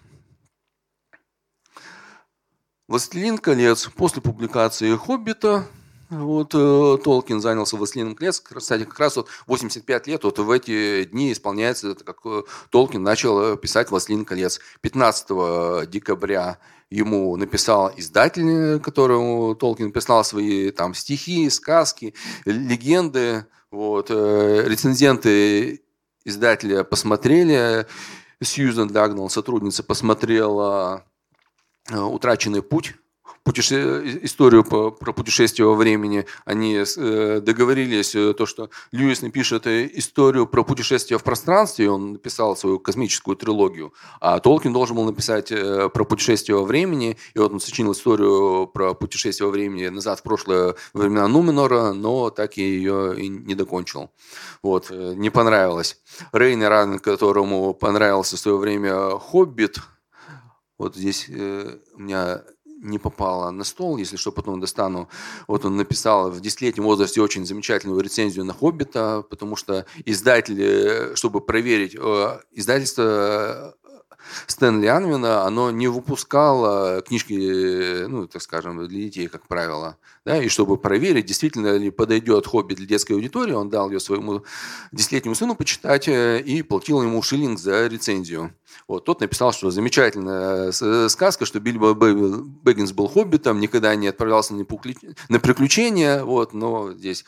S1: «Властелин колец» после публикации «Хоббита». Вот Толкин занялся «Властелином колец». Кстати, как раз вот восемьдесят пять лет вот в эти дни исполняется, как Толкин начал писать «Властелин колец». пятнадцатого декабря ему написал издатель, которому Толкин писал свои там стихи, сказки, легенды. Вот. Рецензенты издателя посмотрели. Сьюзен Дагнелл, сотрудница, посмотрела «Утраченный путь», путеше... историю по... про путешествие во времени. Они договорились, то, что Льюис напишет историю про путешествие в пространстве, он написал свою космическую трилогию, а Толкин должен был написать про путешествие во времени, и вот он сочинил историю про путешествие во времени назад в прошлое, во времена Нуменора, но так и ее и не докончил. Вот. Не понравилось. Рейнер, которому понравился в свое время «Хоббит», вот здесь э, у меня не попало на стол, если что, потом достану. Вот он написал в десятилетнем возрасте очень замечательную рецензию на «Хоббита», потому что издатель, чтобы проверить, э, издательство Стэнли Анвина, оно не выпускало книжки, ну, так скажем, для детей, как правило. Да, и чтобы проверить, действительно ли подойдет «Хоббит» для детской аудитории, он дал ее своему десятилетнему сыну почитать и платил ему шиллинг за рецензию. Вот, тот написал, что замечательная сказка, что Бильбо Бэггинс был хоббитом, никогда не отправлялся на приключения, вот, но здесь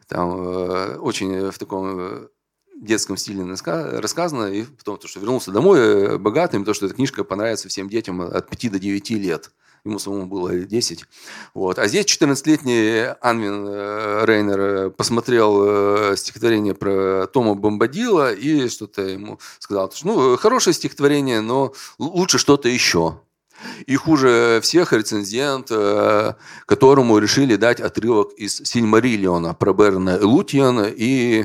S1: там очень в таком детском стиле рассказано, и потом, то, что вернулся домой богатым, то, что эта книжка понравится всем детям от пяти до девяти лет. Ему самому было десять. Вот. А здесь четырнадцатилетний Анвин Рейнер посмотрел стихотворение про Тома Бомбадила и что-то ему сказал, что ну, хорошее стихотворение, но лучше что-то еще. И хуже всех рецензент, которому решили дать отрывок из «Сильмариллиона» про Берна Лутьен. И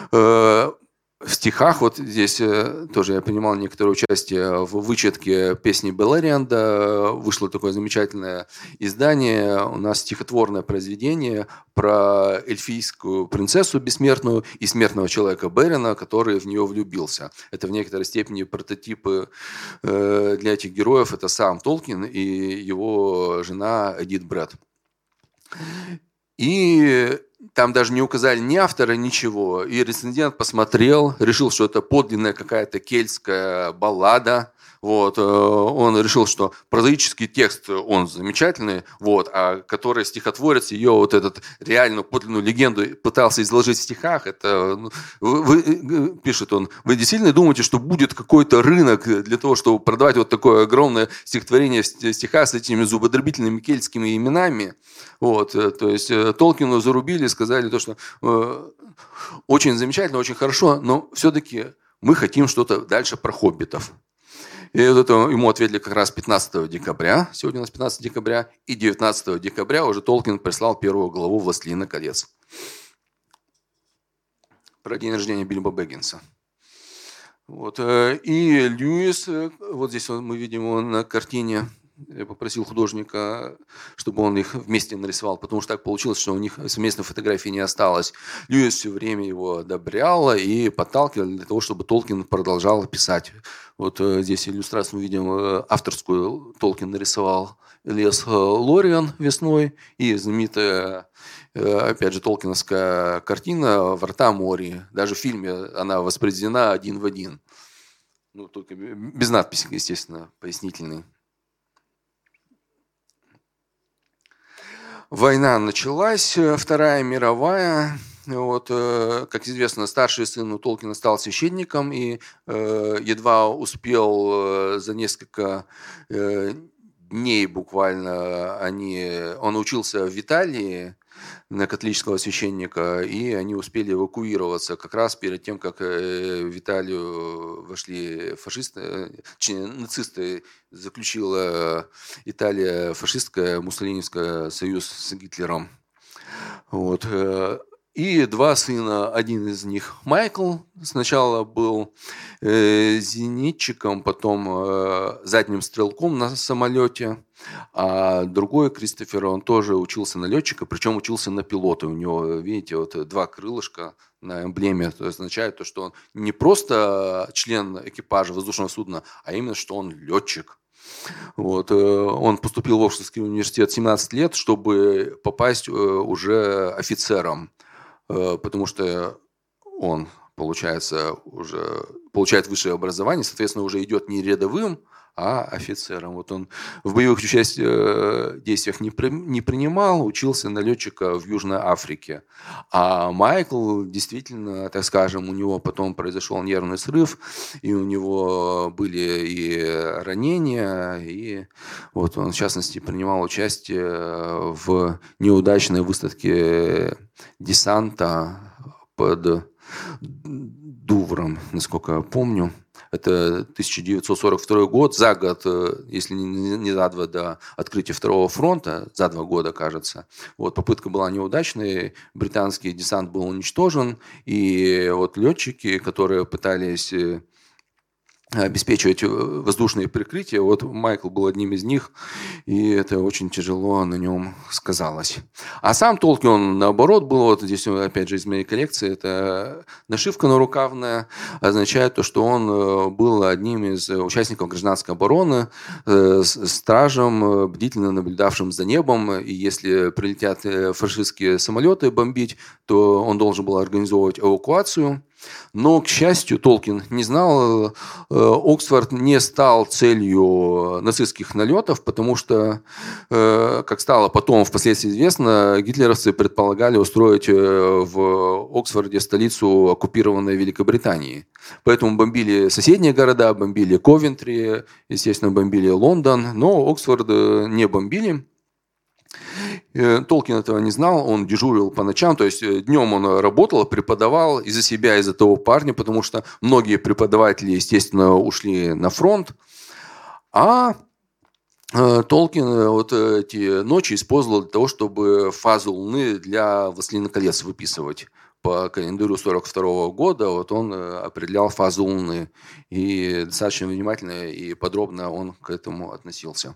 S1: э, в стихах, вот здесь тоже я принимал некоторое участие в вычетке песни Белларианда. Вышло такое замечательное издание. У нас стихотворное произведение про эльфийскую принцессу бессмертную и смертного человека Берена, который в нее влюбился. Это в некоторой степени прототипы для этих героев. Это сам Толкин и его жена Эдит Брэд. И там даже не указали ни автора, ничего. И рецензент посмотрел, решил, что это подлинная какая-то кельтская баллада. Вот. Он решил, что прозаический текст, он замечательный, вот, а который стихотворец ее вот этот реальную подлинную легенду пытался изложить в стихах, это, вы, вы, пишет он, вы действительно думаете, что будет какой-то рынок для того, чтобы продавать вот такое огромное стихотворение в стихах с этими зубодробительными кельтскими именами? Вот, то есть Толкину зарубили, сказали то, что э, очень замечательно, очень хорошо, но все-таки мы хотим что-то дальше про хоббитов. И вот это ему ответили как раз пятнадцатого декабря, сегодня у нас пятнадцатого декабря, и девятнадцатого декабря уже Толкин прислал первую главу «Властелина колец». Про день рождения Бильбо Бэггинса. Вот. И Льюис, вот здесь мы видим его на картине, Я попросил художника, чтобы он их вместе нарисовал, потому что так получилось, что у них совместной фотографии не осталось. Льюис все время его одобрял и подталкивал для того, чтобы Толкин продолжал писать. Вот здесь иллюстрацию мы видим, авторскую Толкин нарисовал лес Лориан весной и знаменитая, опять же, толкиновская картина «Врата Мори». Даже в фильме она воспроизведена один в один. Ну, только без надписи, естественно, пояснительной. Война началась, Вторая мировая. Вот, как известно, старший сын у Толкина стал священником и едва успел за несколько дней буквально, они, он учился в Италии на католического священника, и они успели эвакуироваться как раз перед тем, как в Италию вошли фашисты, точнее, нацисты, заключила Италия фашистская, муссолиневская союз с Гитлером. Вот. И два сына, один из них Майкл, сначала был э, зенитчиком, потом э, задним стрелком на самолете, а другой Кристофер, он тоже учился на летчика, причем учился на пилота. У него, видите, вот два крылышка на эмблеме, это означает то, что он не просто член экипажа воздушного судна, а именно, что он летчик. Вот. Он поступил в Оксфордский университет в семнадцать лет, чтобы попасть уже офицером, потому что он, получается, уже получает высшее образование, соответственно, уже идет не рядовым, а офицером. Вот он в боевых участиях, действиях не, при, не принимал, учился на летчика в Южной Африке. А Майкл действительно, так скажем, у него потом произошел нервный срыв, и у него были и ранения, и вот он, в частности, принимал участие в неудачной высадке десанта под Дувром, насколько я помню. Это тысяча девятьсот сорок второй год, за год, если не за два до открытия Второго фронта, за два года, кажется. Вот, попытка была неудачной, британский десант был уничтожен, и вот летчики, которые пытались обеспечивать воздушные прикрытия. Вот Майкл был одним из них, и это очень тяжело на нем сказалось. А сам Толкин, он наоборот был, вот здесь опять же из моей коллекции, это нашивка нарукавная, означает то, что он был одним из участников гражданской обороны, стражем, бдительно наблюдавшим за небом, и если прилетят фашистские самолеты бомбить, то он должен был организовывать эвакуацию. Но, к счастью, Толкин не знал, Оксфорд не стал целью нацистских налетов, потому что, как стало потом впоследствии известно, гитлеровцы предполагали устроить в Оксфорде столицу оккупированной Великобритании. Поэтому бомбили соседние города, бомбили Ковентри, естественно, бомбили Лондон, но Оксфорд не бомбили. Толкин этого не знал, он дежурил по ночам, то есть днем он работал, преподавал из-за себя, из-за того парня, потому что многие преподаватели, естественно, ушли на фронт, а Толкин вот эти ночи использовал для того, чтобы фазу Луны для «Властелина колец» выписывать. По календарю сорок второго года вот он определял фазу Луны, и достаточно внимательно и подробно он к этому относился.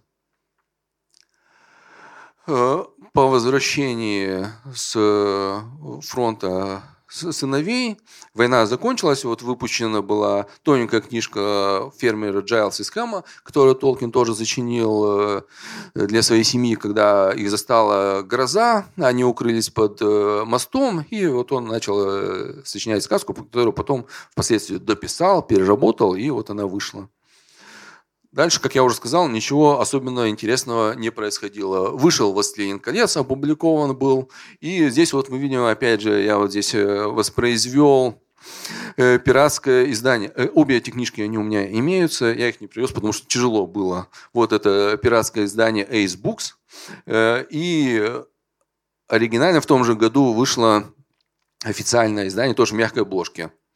S1: По возвращении с фронта сыновей война закончилась. Вот выпущена была тоненькая книжка фермера Джайлса Хэма, которую Толкин тоже сочинил для своей семьи, когда их застала гроза. Они укрылись под мостом, и вот он начал сочинять сказку, которую потом впоследствии дописал, переработал, и вот она вышла. Дальше, как я уже сказал, ничего особенно интересного не происходило. Вышел «Властелин колец», опубликован был. И здесь вот мы видим, опять же, я вот здесь воспроизвел пиратское издание. Обе эти книжки, они у меня имеются. Я их не привез, потому что тяжело было. Вот это пиратское издание Ace Books. И оригинально в том же году вышло официальное издание, тоже в мягкой обложке.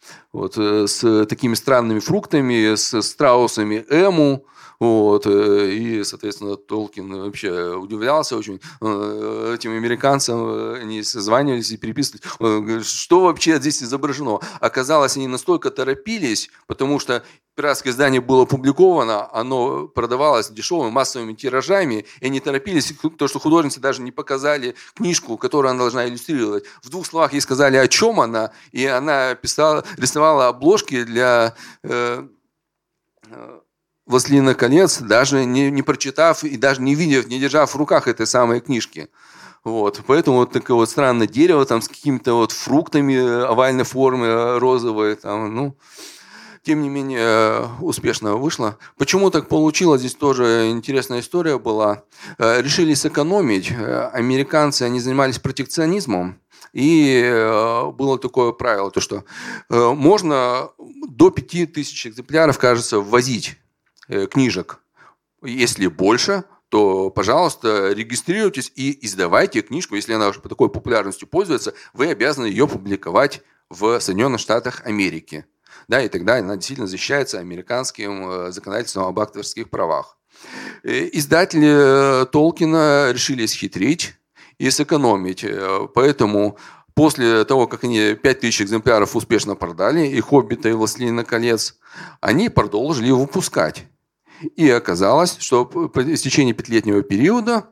S1: Вот, с такими странными фруктами, с страусами эму. Вот, и, соответственно, Толкин вообще удивлялся очень этим американцам. Они созванивались и переписывались, что вообще здесь изображено. Оказалось, они настолько торопились, потому что пиратское издание было опубликовано, оно продавалось дешевыми массовыми тиражами, и они торопились, то, что художницы даже не показали книжку, которую она должна иллюстрировать. В двух словах ей сказали, о чем она, и она писала, рисовала обложки для э, «Властелина колец», даже не, не прочитав и даже не видев, не держав в руках этой самой книжки. Вот. Поэтому вот такое вот странное дерево там, с какими-то вот фруктами овальной формы, розовые. Там, ну, тем не менее, успешно вышло. Почему так получилось? Здесь тоже интересная история была. Решили сэкономить. Американцы, они занимались протекционизмом. И было такое правило, то, что можно до пяти тысяч экземпляров, кажется, ввозить книжек. Если больше, то, пожалуйста, регистрируйтесь и издавайте книжку. Если она уже по такой популярностью пользуется, вы обязаны ее публиковать в Соединенных Штатах Америки. Да, и тогда она действительно защищается американским законодательством об авторских правах. Издатели Толкина решили схитрить и сэкономить. Поэтому после того, как они пять тысяч экземпляров успешно продали, и «Хоббита», и «Властелина колец», они продолжили выпускать. И оказалось, что по истечении пятилетнего периода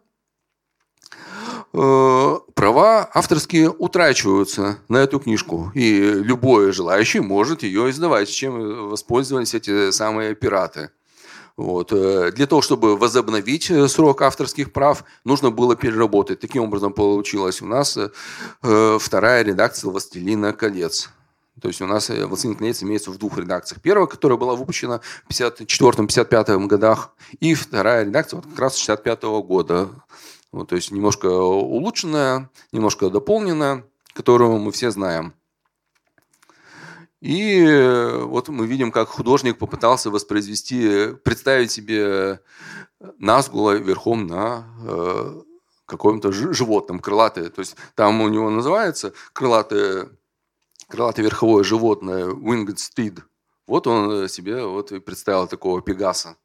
S1: э, права авторские утрачиваются на эту книжку. И любой желающий может ее издавать, чем воспользовались эти самые пираты. Вот. Для того, чтобы возобновить срок авторских прав, нужно было переработать. Таким образом получилась у нас э, вторая редакция «Властелина колец». То есть у нас «Властелин колец» имеется в двух редакциях. Первая, которая была выпущена в пятьдесят четвёртом — пятьдесят пятом годах, и вторая редакция вот как раз с шестьдесят пятого года. Вот, то есть немножко улучшенная, немножко дополненная, которую мы все знаем. И вот мы видим, как художник попытался воспроизвести, представить себе Назгула верхом на э, каком-то животном, крылатое. То есть там у него называется крылатое крылатое верховое животное winged steed. Вот он себе вот и представил такого пегаса.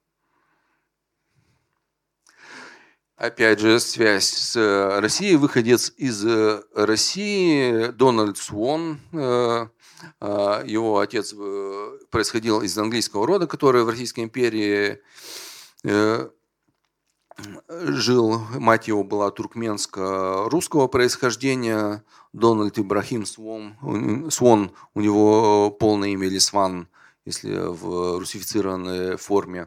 S1: Опять же, связь с Россией. Выходец из России Дональд Суон. Его отец происходил из английского рода, который в Российской империи жил. Мать его была туркменско-русского происхождения. Дональд Ибрахим Свон, Свон, у него полное имя Лисван, если в русифицированной форме.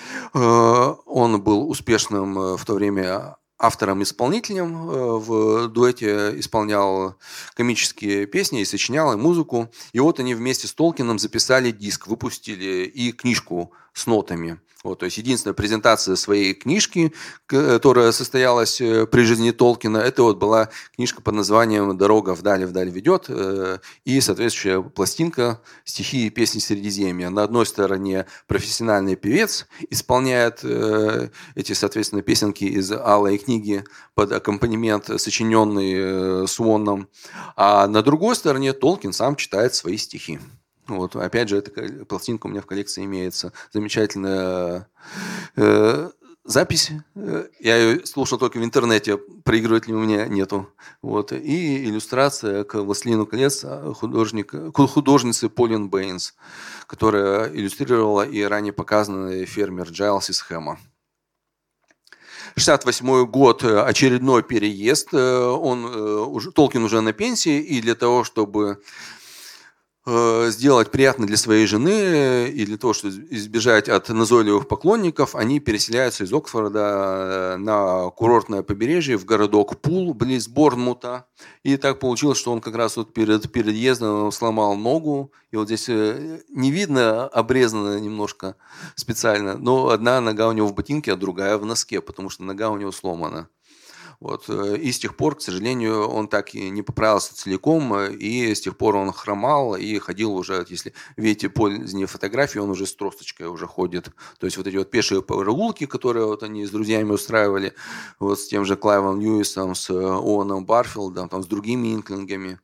S1: Он был успешным в то время автором-исполнителем. В дуэте исполнял комические песни и сочинял и музыку. И вот они вместе с Толкином записали диск, выпустили и книжку с нотами. Вот, то есть единственная презентация своей книжки, которая состоялась при жизни Толкина, это вот была книжка под названием «Дорога вдаль вдаль ведет» и соответствующая пластинка «Стихи и песни Средиземья». На одной стороне профессиональный певец исполняет эти, соответственно, песенки из «Алой книги» под аккомпанемент, сочиненный Суоном, а на другой стороне Толкин сам читает свои стихи. Вот, опять же, эта пластинка у меня в коллекции имеется. Замечательная э, запись. Я ее слушал только в интернете, проигрывателя у меня нету. Вот. И иллюстрация к «Властелину колец» художника, художницы Полин Бэйнс, которая иллюстрировала и ранее показанный фермер Джайлс из Хэма. шестьдесят восьмой год, очередной переезд. Он, уже, Толкин уже на пенсии, и для того, чтобы сделать приятно для своей жены и для того, чтобы избежать от назойливых поклонников, они переселяются из Оксфорда на курортное побережье в городок Пул, близ Борнмута. И так получилось, что он как раз вот перед переездом сломал ногу. И вот здесь не видно, обрезано немножко специально, но одна нога у него в ботинке, а другая в носке, потому что нога у него сломана. Вот. И с тех пор, к сожалению, он так и не поправился целиком, и с тех пор он хромал и ходил уже, если видите поздние фотографии, он уже с тросточкой уже ходит. То есть вот эти вот пешие прогулки, которые вот они с друзьями устраивали, вот с тем же Клайвом Льюисом, с Оуэном Барфилдом, там, с другими инклингами,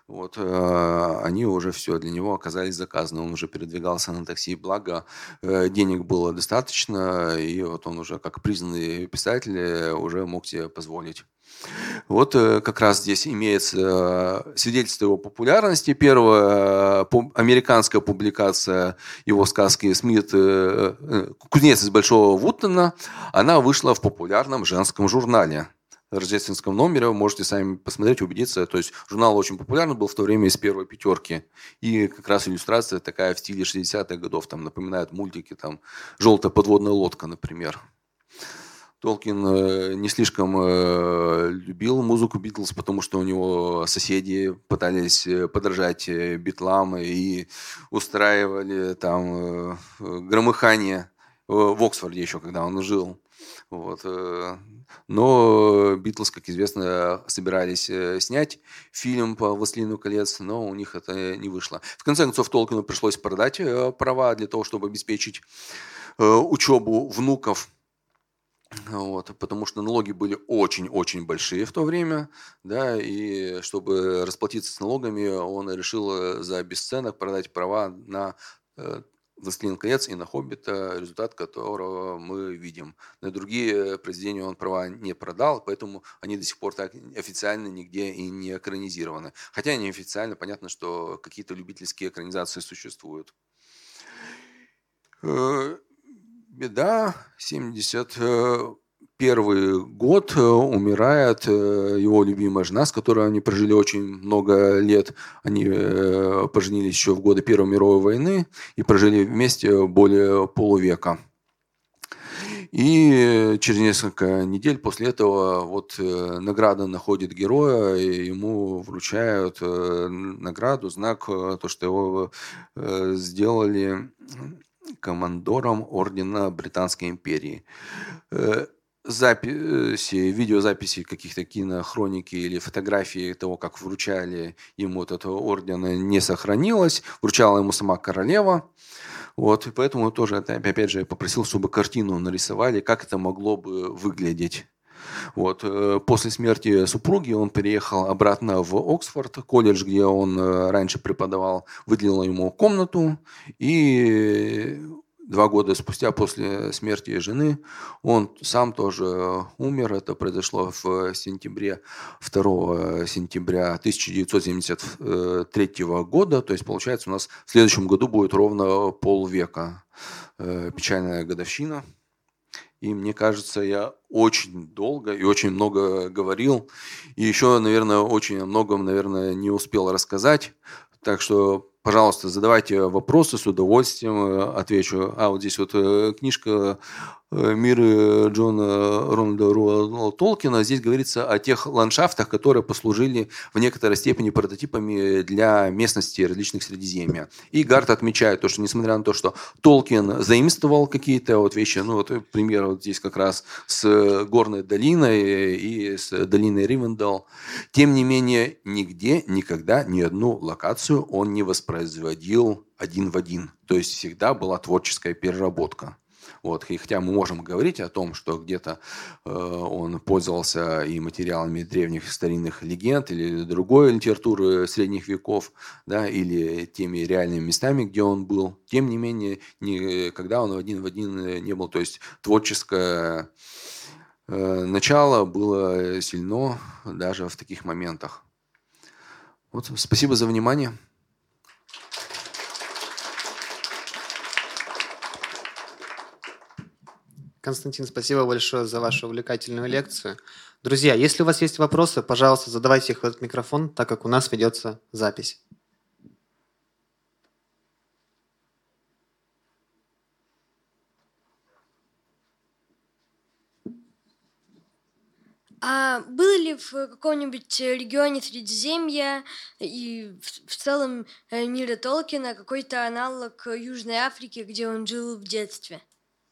S1: Вот, э, они уже все для него оказались заказаны. Он уже передвигался на такси, благо э, денег было достаточно, и вот он уже как признанный писатель э, уже мог себе позволить. Вот э, как раз здесь имеется э, свидетельство его популярности. Первая э, пу- американская публикация его сказки «Смит, э, э, кузнец из Большого Вуттона», она вышла в популярном женском журнале. Рождественском номере, вы можете сами посмотреть, убедиться. То есть журнал очень популярный был в то время из первой пятерки. И как раз иллюстрация такая в стиле шестидесятых годов. Там напоминают мультики, там «Желтая подводная лодка», например. Толкин э, не слишком э, любил музыку Битлз, потому что у него соседи пытались э, подражать э, Битлам и устраивали там э, громыхание э, в Оксфорде еще, когда он жил. Вот. э, Но Битлз, как известно, собирались э, снять фильм по «Властелину колец», но у них это не вышло. В конце концов, Толкину пришлось продать э, права для того, чтобы обеспечить э, учебу внуков. Вот, потому что налоги были очень-очень большие в то время, да, и чтобы расплатиться с налогами, он решил э, за бесценок продать права на э, «Властелин колец» и на «Хоббита», результат которого мы видим. На другие произведения он права не продал, поэтому они до сих пор так официально нигде и не экранизированы. Хотя неофициально понятно, что какие-то любительские экранизации существуют. Э, Беда, семьдесят первый год, э, умирает э, его любимая жена, с которой они прожили очень много лет. Они э, поженились еще в годы Первой мировой войны и прожили вместе более полувека. И через несколько недель после этого вот э, награда находит героя, и ему вручают э, награду, знак, э, то, что его э, сделали командором ордена Британской империи. Э, Записи, видеозаписи каких-то кинохроники или фотографии того, как вручали ему этот орден, не сохранилось. Вручала ему сама королева. Вот, и поэтому тоже, опять же, попросил, чтобы картину нарисовали, как это могло бы выглядеть. Вот. После смерти супруги он переехал обратно в Оксфорд, колледж, где он раньше преподавал, выделил ему комнату, и два года спустя после смерти жены он сам тоже умер. Это произошло в сентябре, второго сентября тысяча девятьсот семьдесят третьего года. То есть, получается, у нас в следующем году будет ровно полвека. Печальная годовщина. И мне кажется, я очень долго и очень много говорил. И еще, наверное, очень о многом, наверное, не успел рассказать. Так что, пожалуйста, задавайте вопросы, с удовольствием отвечу. А, вот здесь вот книжка «Мир Джона Рональда Руэлла Толкина». Здесь говорится о тех ландшафтах, которые послужили в некоторой степени прототипами для местности различных Средиземья. И Гарт отмечает то, что несмотря на то, что Толкин заимствовал какие-то вот вещи, ну вот пример вот здесь как раз с горной долиной и с долиной Ривендell, тем не менее нигде, никогда, ни одну локацию он не воспроизводил один в один. То есть всегда была творческая переработка. Вот. И хотя мы можем говорить о том, что где-то э, он пользовался и материалами древних старинных легенд или другой литературы средних веков, да, или теми реальными местами, где он был, тем не менее, никогда он один в один не был. То есть творческое э, начало было сильно даже в таких моментах. Вот. Спасибо за внимание.
S2: Константин, спасибо большое за вашу увлекательную лекцию. Друзья, если у вас есть вопросы, пожалуйста, задавайте их в этот микрофон, так как у нас ведется запись.
S3: А было ли в каком-нибудь регионе Средиземья и в целом мира Толкина какой-то аналог Южной Африки, где он жил в детстве?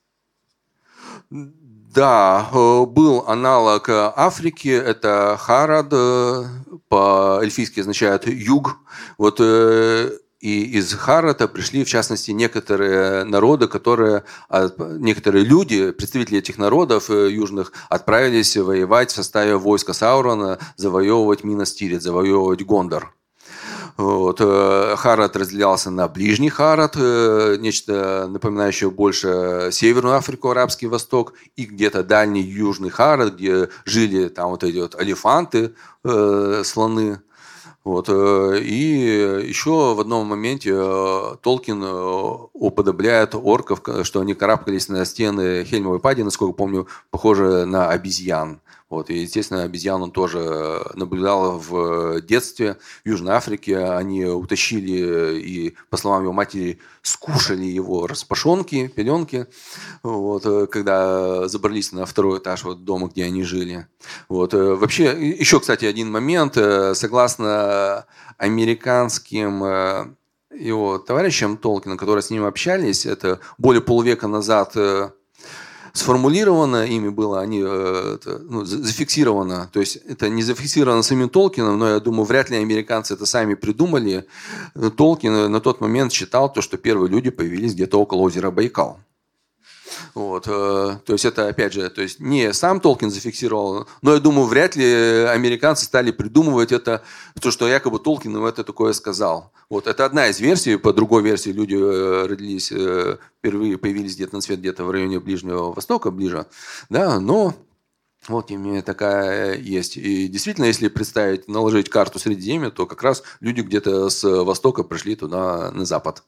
S1: Да, был аналог Африки, это Харад, по-эльфийски означает юг. Вот и из Харада пришли, в частности, некоторые народы, которые, некоторые люди, представители этих народов южных, отправились воевать в составе войска Саурона, завоевывать Минас Тирит, завоевывать Гондор. Вот. Харат разделялся на Ближний Харат, нечто напоминающее больше Северную Африку, Арабский Восток, и где-то Дальний Южный Харат, где жили там вот эти вот элефанты, слоны. Вот. И еще в одном моменте Толкин уподобляет орков, что они карабкались на стены Хельмовой пади, насколько помню, похоже на обезьян. Вот. И, естественно, обезьян он тоже наблюдал в детстве в Южной Африке. Они утащили и, по словам его матери, скушали его распашонки, пеленки, вот, когда забрались на второй этаж вот, дома, где они жили. Вот. Вообще, еще, кстати, один момент. Согласно американским его товарищам Толкина, которые с ним общались, это более полувека назад сформулировано ими было, они, это, ну, зафиксировано. То есть это не зафиксировано самим Толкином, но я думаю, вряд ли американцы это сами придумали. Толкин на тот момент считал, то, что первые люди появились где-то около озера Байкал. Вот. То есть это, опять же, то есть не сам Толкин зафиксировал, но я думаю, вряд ли американцы стали придумывать это, то, что якобы Толкин им это такое сказал. Вот. Это одна из версий. По другой версии люди родились, впервые появились где-то на свет, где-то в районе Ближнего Востока, ближе. Да, но вот тем не менее такая есть. И действительно, если представить, наложить карту Средиземья, то как раз люди где-то с востока пришли туда, на запад.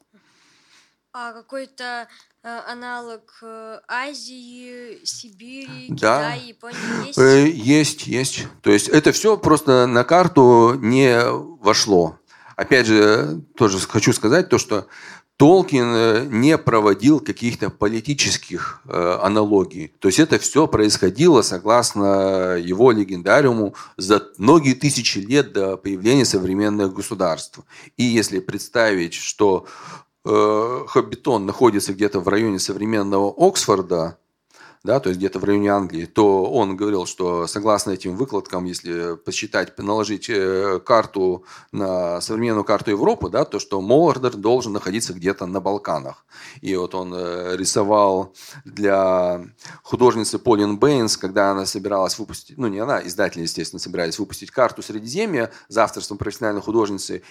S3: А какой-то э, аналог э, Азии, Сибири,
S1: Да.
S3: Китая, Японии есть?
S1: Есть, есть. То есть это все просто на карту не вошло. Опять же, тоже хочу сказать то, что Толкин не проводил каких-то политических э, аналогий. То есть это все происходило согласно его легендариуму за многие тысячи лет до появления современных государств. И если представить, что э, Хоббитон находится где-то в районе современного Оксфорда, да, то есть где-то в районе Англии, то он говорил, что согласно этим выкладкам, если посчитать, наложить карту на современную карту Европы, да, то что Мордор должен находиться где-то на Балканах. И вот он рисовал для художницы Полин Бэйнс, когда она собиралась выпустить, ну не она, издатели, естественно, собирались выпустить карту Средиземья за авторством профессиональной художницы,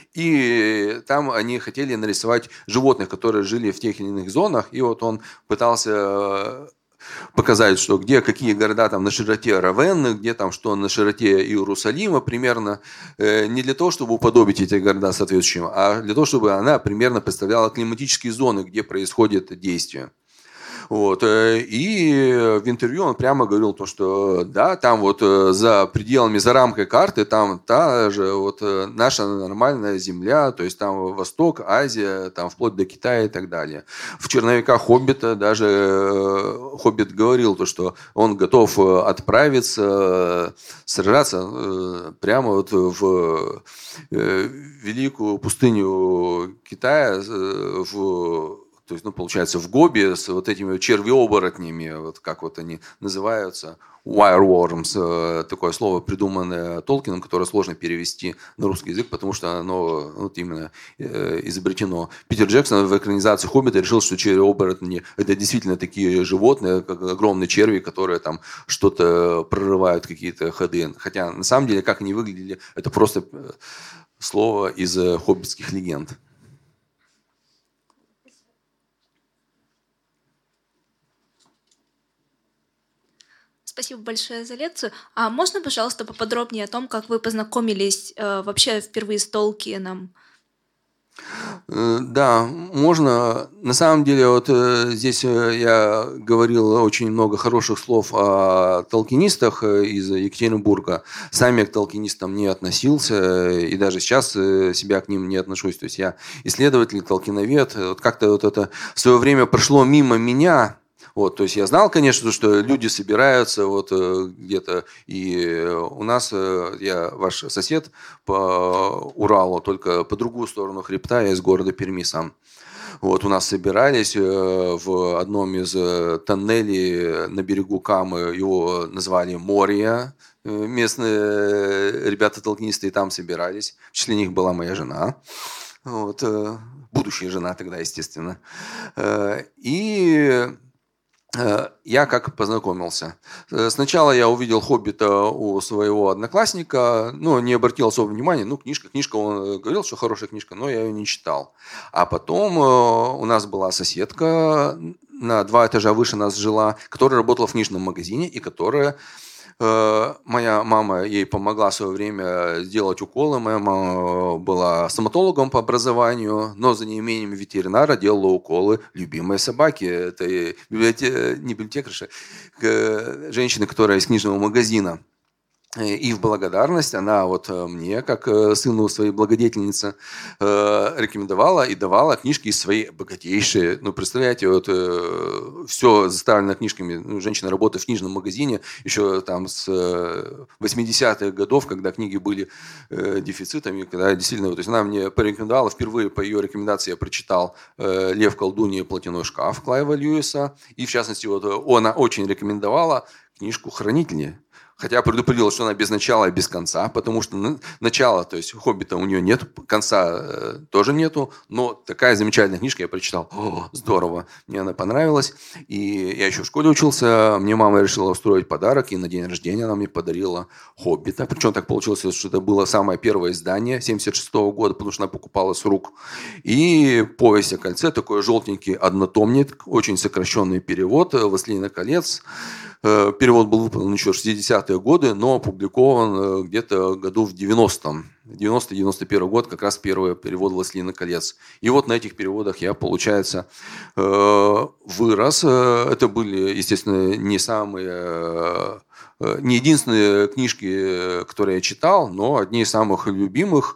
S1: и там они хотели нарисовать животных, которые жили в тех или иных зонах, и вот он пытался показать, что где какие города там на широте Равенны, где там что на широте Иерусалима примерно, э, не для того, чтобы уподобить эти города соответствующим, а для того, чтобы она примерно представляла климатические зоны, где происходит действие. Вот. И в интервью он прямо говорил то, что да, там вот за пределами, за рамкой карты, там та же вот наша нормальная земля, то есть там Восток, Азия, там вплоть до Китая и так далее. В черновиках «Хоббита» даже Хоббит говорил то, что он готов отправиться, сражаться прямо вот в великую пустыню Китая, в То есть, ну, получается, в Гоби с вот этими червеоборотнями, вот как вот они называются, wireworms, такое слово, придуманное Толкином, которое сложно перевести на русский язык, потому что оно вот именно изобретено. Питер Джексон в экранизации «Хоббита» решил, что червеоборотни – это действительно такие животные, как огромные черви, которые там что-то прорывают, какие-то ходы. Хотя, на самом деле, как они выглядели, это просто слово из хоббитских легенд.
S4: Спасибо большое за лекцию. А можно, пожалуйста, поподробнее о том, как вы познакомились э, вообще впервые с Толкином?
S1: Да, можно. На самом деле, вот здесь я говорил очень много хороших слов о толкинистах из Екатеринбурга. Сам я к толкинистам не относился, и даже сейчас себя к ним не отношусь. То есть я исследователь, толкиновед. Вот как-то вот это в свое время прошло мимо меня. Вот, то есть я знал, конечно, что люди собираются вот где-то, и у нас, я ваш сосед по Уралу, только по другую сторону хребта, я из города Перми сам. Вот, у нас собирались в одном из тоннелей на берегу Камы, его назвали Мория, местные ребята-толкинисты и там собирались, в числе них была моя жена. Вот, будущая жена тогда, естественно. И я как познакомился. Сначала я увидел «Хоббита» у своего одноклассника, ну, не обратил особого внимания, ну, книжка, книжка, он говорил, что хорошая книжка, но я ее не читал. А потом у нас была соседка, на два этажа выше нас жила, которая работала в книжном магазине и которая... Моя мама ей помогла в свое время сделать уколы. Моя мама была стоматологом по образованию, но за неимением ветеринара делала уколы любимой собаки. Это библиотек... не библиотекарша, женщина, которая из книжного магазина. И в благодарность она вот мне, как сыну своей благодетельницы, рекомендовала и давала книжки из своей богатейшей. Ну, представляете, вот все заставлено книжками. Ну, женщина работает в книжном магазине еще там с восьмидесятых годов, когда книги были дефицитами, когда действительно, то есть она мне порекомендовала, впервые по ее рекомендации я прочитал «Лев, колдунья и платяной шкаф» Клайва Льюиса. И в частности, вот она очень рекомендовала книжку «Хранители». Хотя предупредила, что она без начала и без конца, потому что начала, то есть «Хоббита» у нее нет, конца э, тоже нету, но такая замечательная книжка, я прочитал, о, здорово, мне она понравилась. И я еще в школе учился, мне мама решила устроить подарок, и на день рождения она мне подарила «Хоббита». Причем так получилось, что это было самое первое издание семьдесят шестого года, потому что она покупала с рук. И «Повесть о кольце», такой желтенький однотомник, очень сокращенный перевод «Властелина колец». Перевод был выполнен еще в шестидесятые годы, но опубликован где-то году в девяностом. девяностый-девяносто первый год, как раз первый перевод «Властелина колец». И вот на этих переводах я, получается, вырос. Это были, естественно, не самые, не единственные книжки, которые я читал, но одни из самых любимых.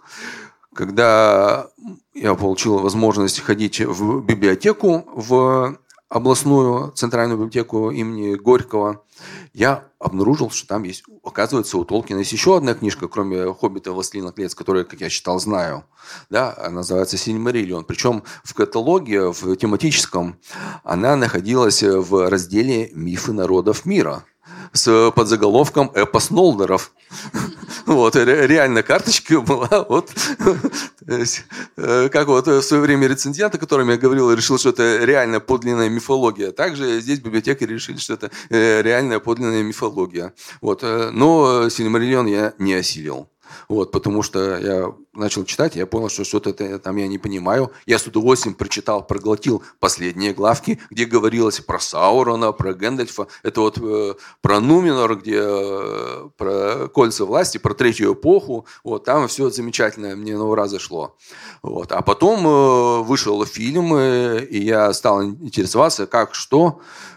S1: Когда я получил возможность ходить в библиотеку, в областную центральную библиотеку имени Горького, я обнаружил, что там есть, оказывается, у Толкина есть еще одна книжка, кроме «Хоббита» и «Властелина колец», которую, как я читал, знаю. Да, она называется «Сильмариллион». Причем в каталоге, в тематическом, она находилась в разделе «Мифы народов мира» с подзаголовком «Эпос Нолдоров». Вот, реально карточка была, вот, как вот в свое время рецензент, о котором я говорил, решил, что это реально подлинная мифология. Также здесь библиотекари решили, что это реальная подлинная мифология. Вот, но «Сильмариллион» я не осилил. Вот, потому что я начал читать, я понял, что что-то там я не понимаю. Я с удовольствием прочитал, проглотил последние главки, где говорилось про Саурона, про Гэндальфа. Это вот э, про Нуменор, где э, про кольца власти, про третью эпоху. Вот, там все замечательно, мне на ура зашло. Вот. А потом э, вышел фильм, э, и я стал интересоваться, как, что.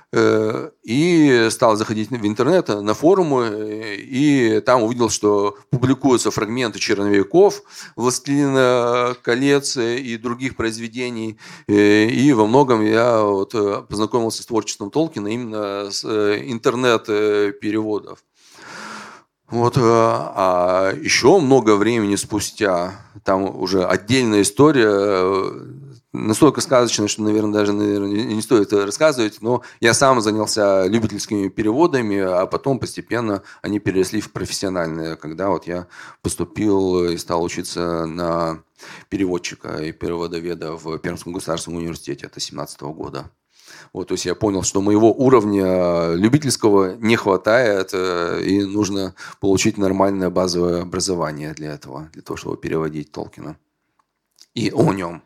S1: И стал заходить в интернет, на форумы, и там увидел, что публикуются фрагменты «Черновиков», «Властелина колец» и других произведений. И во многом я вот познакомился с творчеством Толкина именно с интернет-переводов. Вот, а еще много времени спустя, там уже отдельная история, настолько сказочная, что, наверное, даже наверное, не стоит рассказывать, но я сам занялся любительскими переводами, а потом постепенно они переросли в профессиональные, когда вот я поступил и стал учиться на переводчика и переводоведа в Пермском государственном университете, это семнадцатого года. Вот, то есть я понял, что моего уровня любительского не хватает, и нужно получить нормальное базовое образование для этого, для того, чтобы переводить Толкина. И о нем.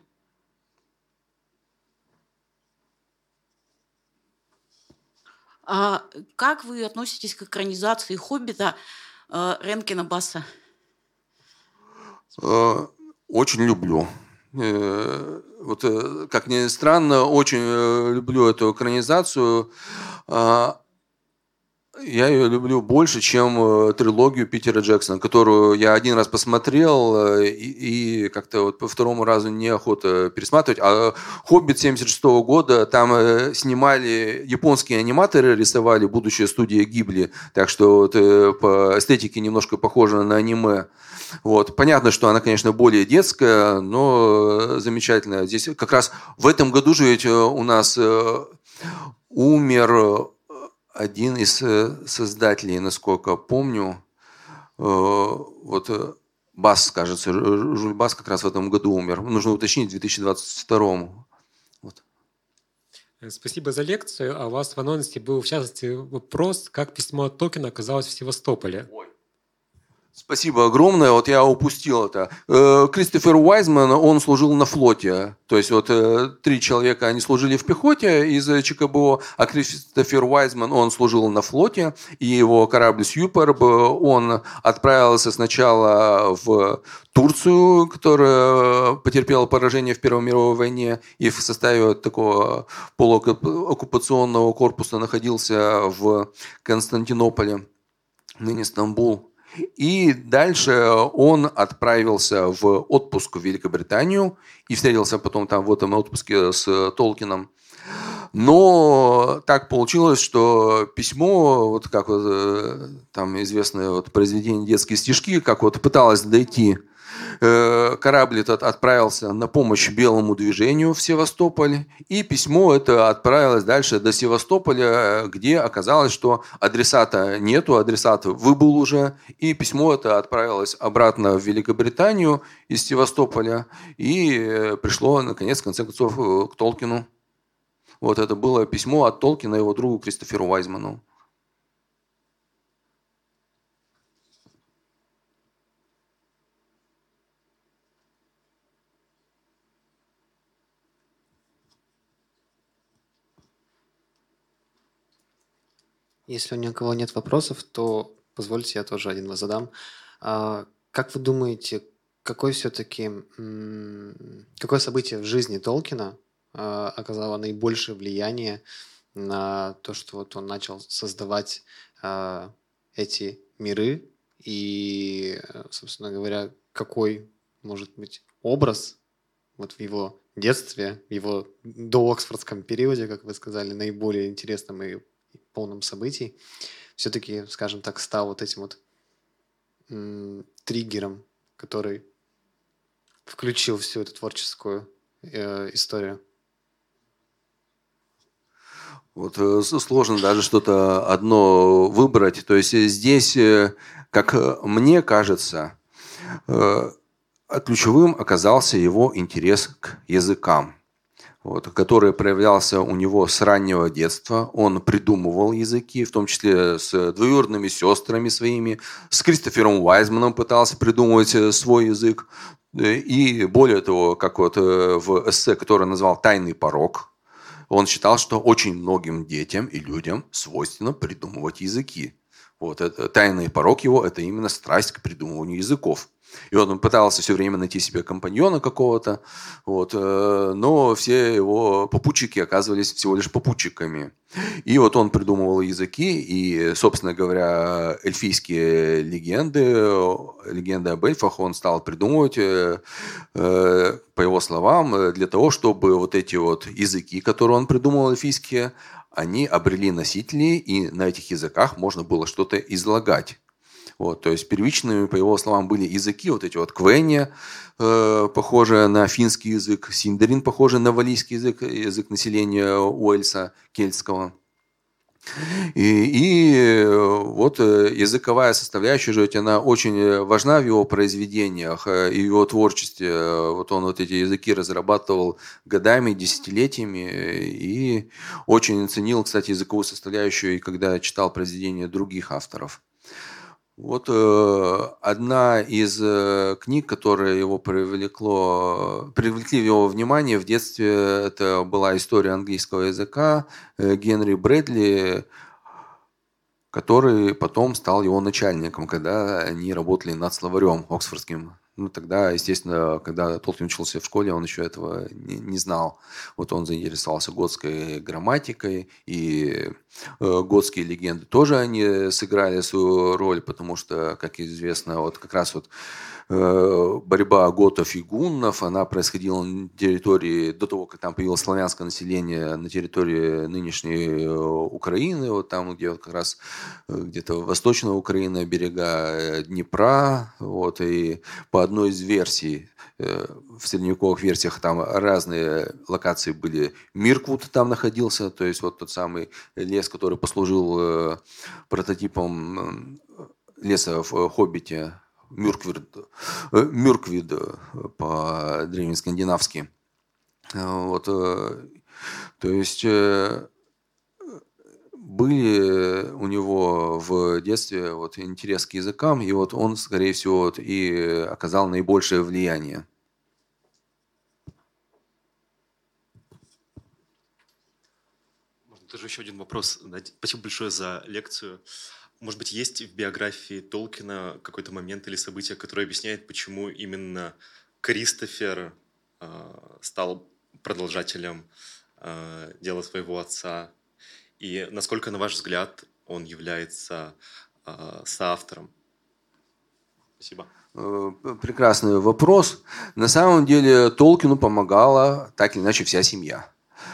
S5: А как вы относитесь к экранизации «Хоббита» Ренкина Басса?
S1: Очень люблю. Вот, как ни странно, очень люблю эту экранизацию. Я ее люблю больше, чем трилогию Питера Джексона, которую я один раз посмотрел и, и как-то вот по второму разу неохота пересматривать. А «Хоббит» семьдесят шестого года, там снимали японские аниматоры, рисовали, будущая студия Гибли, так что вот по эстетике немножко похоже на аниме. Вот. Понятно, что она, конечно, более детская, но замечательная. Здесь как раз в этом году же ведь у нас умер один из создателей, насколько помню, вот Басс, кажется, Жюль Басс как раз в этом году умер. Нужно уточнить, в две тысячи двадцать втором. Вот.
S6: Спасибо за лекцию. А у вас в анонсе был, в частности, вопрос, как письмо от Толкина оказалось в Севастополе.
S1: Ой. Спасибо огромное, вот я упустил это. Э, Кристофер Уайзман, он служил на флоте. То есть вот э, три человека, они служили в пехоте из ЧКБО, а Кристофер Уайзман, он служил на флоте, и его корабль Сьюперб, он отправился сначала в Турцию, которая потерпела поражение в Первой мировой войне, и в составе вот такого полуоккупационного корпуса находился в Константинополе, ныне Стамбул. И дальше он отправился в отпуск в Великобританию и встретился потом там в этом отпуске с Толкином. Но так получилось, что письмо, вот как вот там известное вот произведение «Детские стишки», как вот пыталось дойти, корабль этот отправился на помощь белому движению в Севастополь, и письмо это отправилось дальше до Севастополя, где оказалось, что адресата нету, адресат выбыл уже, и письмо это отправилось обратно в Великобританию из Севастополя и пришло, наконец, в конце концов, к Толкину. Вот это было письмо от Толкина его другу Кристоферу Уайзману.
S2: Если ни у кого нет вопросов, то позвольте, я тоже один вас задам. А, Как вы думаете, какое все-таки какое событие в жизни Толкина а, оказало наибольшее влияние на то, что вот он начал создавать а, эти миры и, э, собственно говоря, какой может быть образ вот в его детстве, в его дооксфордском периоде, как вы сказали, наиболее интересным и полном событий, все-таки, скажем так, стал вот этим вот м, триггером, который включил всю эту творческую э, историю.
S1: Вот э, с- сложно даже что-то одно выбрать. То есть э, здесь, э, как э, мне кажется, э, а ключевым оказался его интерес к языкам, вот, который проявлялся у него с раннего детства. Он придумывал языки, в том числе с двоюродными сестрами своими, с Кристофером Уайзманом пытался придумывать э, свой язык. Э, И более того, как вот э, в эссе, который он назвал «Тайный порог», он считал, что очень многим детям и людям свойственно придумывать языки. Вот, это, тайный порог его – это именно страсть к придумыванию языков. И он пытался все время найти себе компаньона какого-то, вот, э, но все его попутчики оказывались всего лишь попутчиками. И вот он придумывал языки, и, собственно говоря, эльфийские легенды, легенды об эльфах он стал придумывать, э, э, по его словам, э, для того, чтобы вот эти вот языки, которые он придумал, эльфийские, они обрели носителей, и на этих языках можно было что-то излагать. Вот, то есть первичными, по его словам, были языки, вот эти вот квенни, э, похожие на финский язык, синдарин, похожий на валлийский язык, язык населения Уэльса, кельтского. И, и вот языковая составляющая же, она очень важна в его произведениях и в его творчестве. Вот он вот эти языки разрабатывал годами, десятилетиями и очень ценил, кстати, языковую составляющую, и когда читал произведения других авторов. Вот э, одна из э, книг, которая его привлекло, привлекли его внимание в детстве, это была история английского языка э, Генри Брэдли, который потом стал его начальником, когда они работали над словарем оксфордским. Ну, тогда, естественно, когда Толкин учился в школе, он еще этого не, не знал. Вот он заинтересовался готской грамматикой, и э, готские легенды тоже они сыграли свою роль, потому что, как известно, вот как раз вот э, борьба готов и гуннов, она происходила на территории, до того, как там появилось славянское население, на территории нынешней э, Украины, вот там, где вот как раз э, где-то восточная Украина, берега Днепра, вот, и по одной из версий, э, в средневековых версиях там разные локации были. Мирквуд там находился, то есть вот тот самый лес, который послужил э, прототипом э, леса в «Хоббите», Мюрквид, э, Мюрквид э, по-древнескандинавски. Вот, э, То есть э, были у него в детстве вот интерес к языкам, и вот он, скорее всего, вот и оказал наибольшее влияние.
S7: Можно тоже еще один вопрос. Спасибо большое за лекцию. Может быть, есть в биографии Толкина какой-то момент или событие, которое объясняет, почему именно Кристофер э, стал продолжателем э, дела своего отца? И насколько, на ваш взгляд, он является э, соавтором? Спасибо.
S1: Прекрасный вопрос. На самом деле Толкину помогала так или иначе вся семья.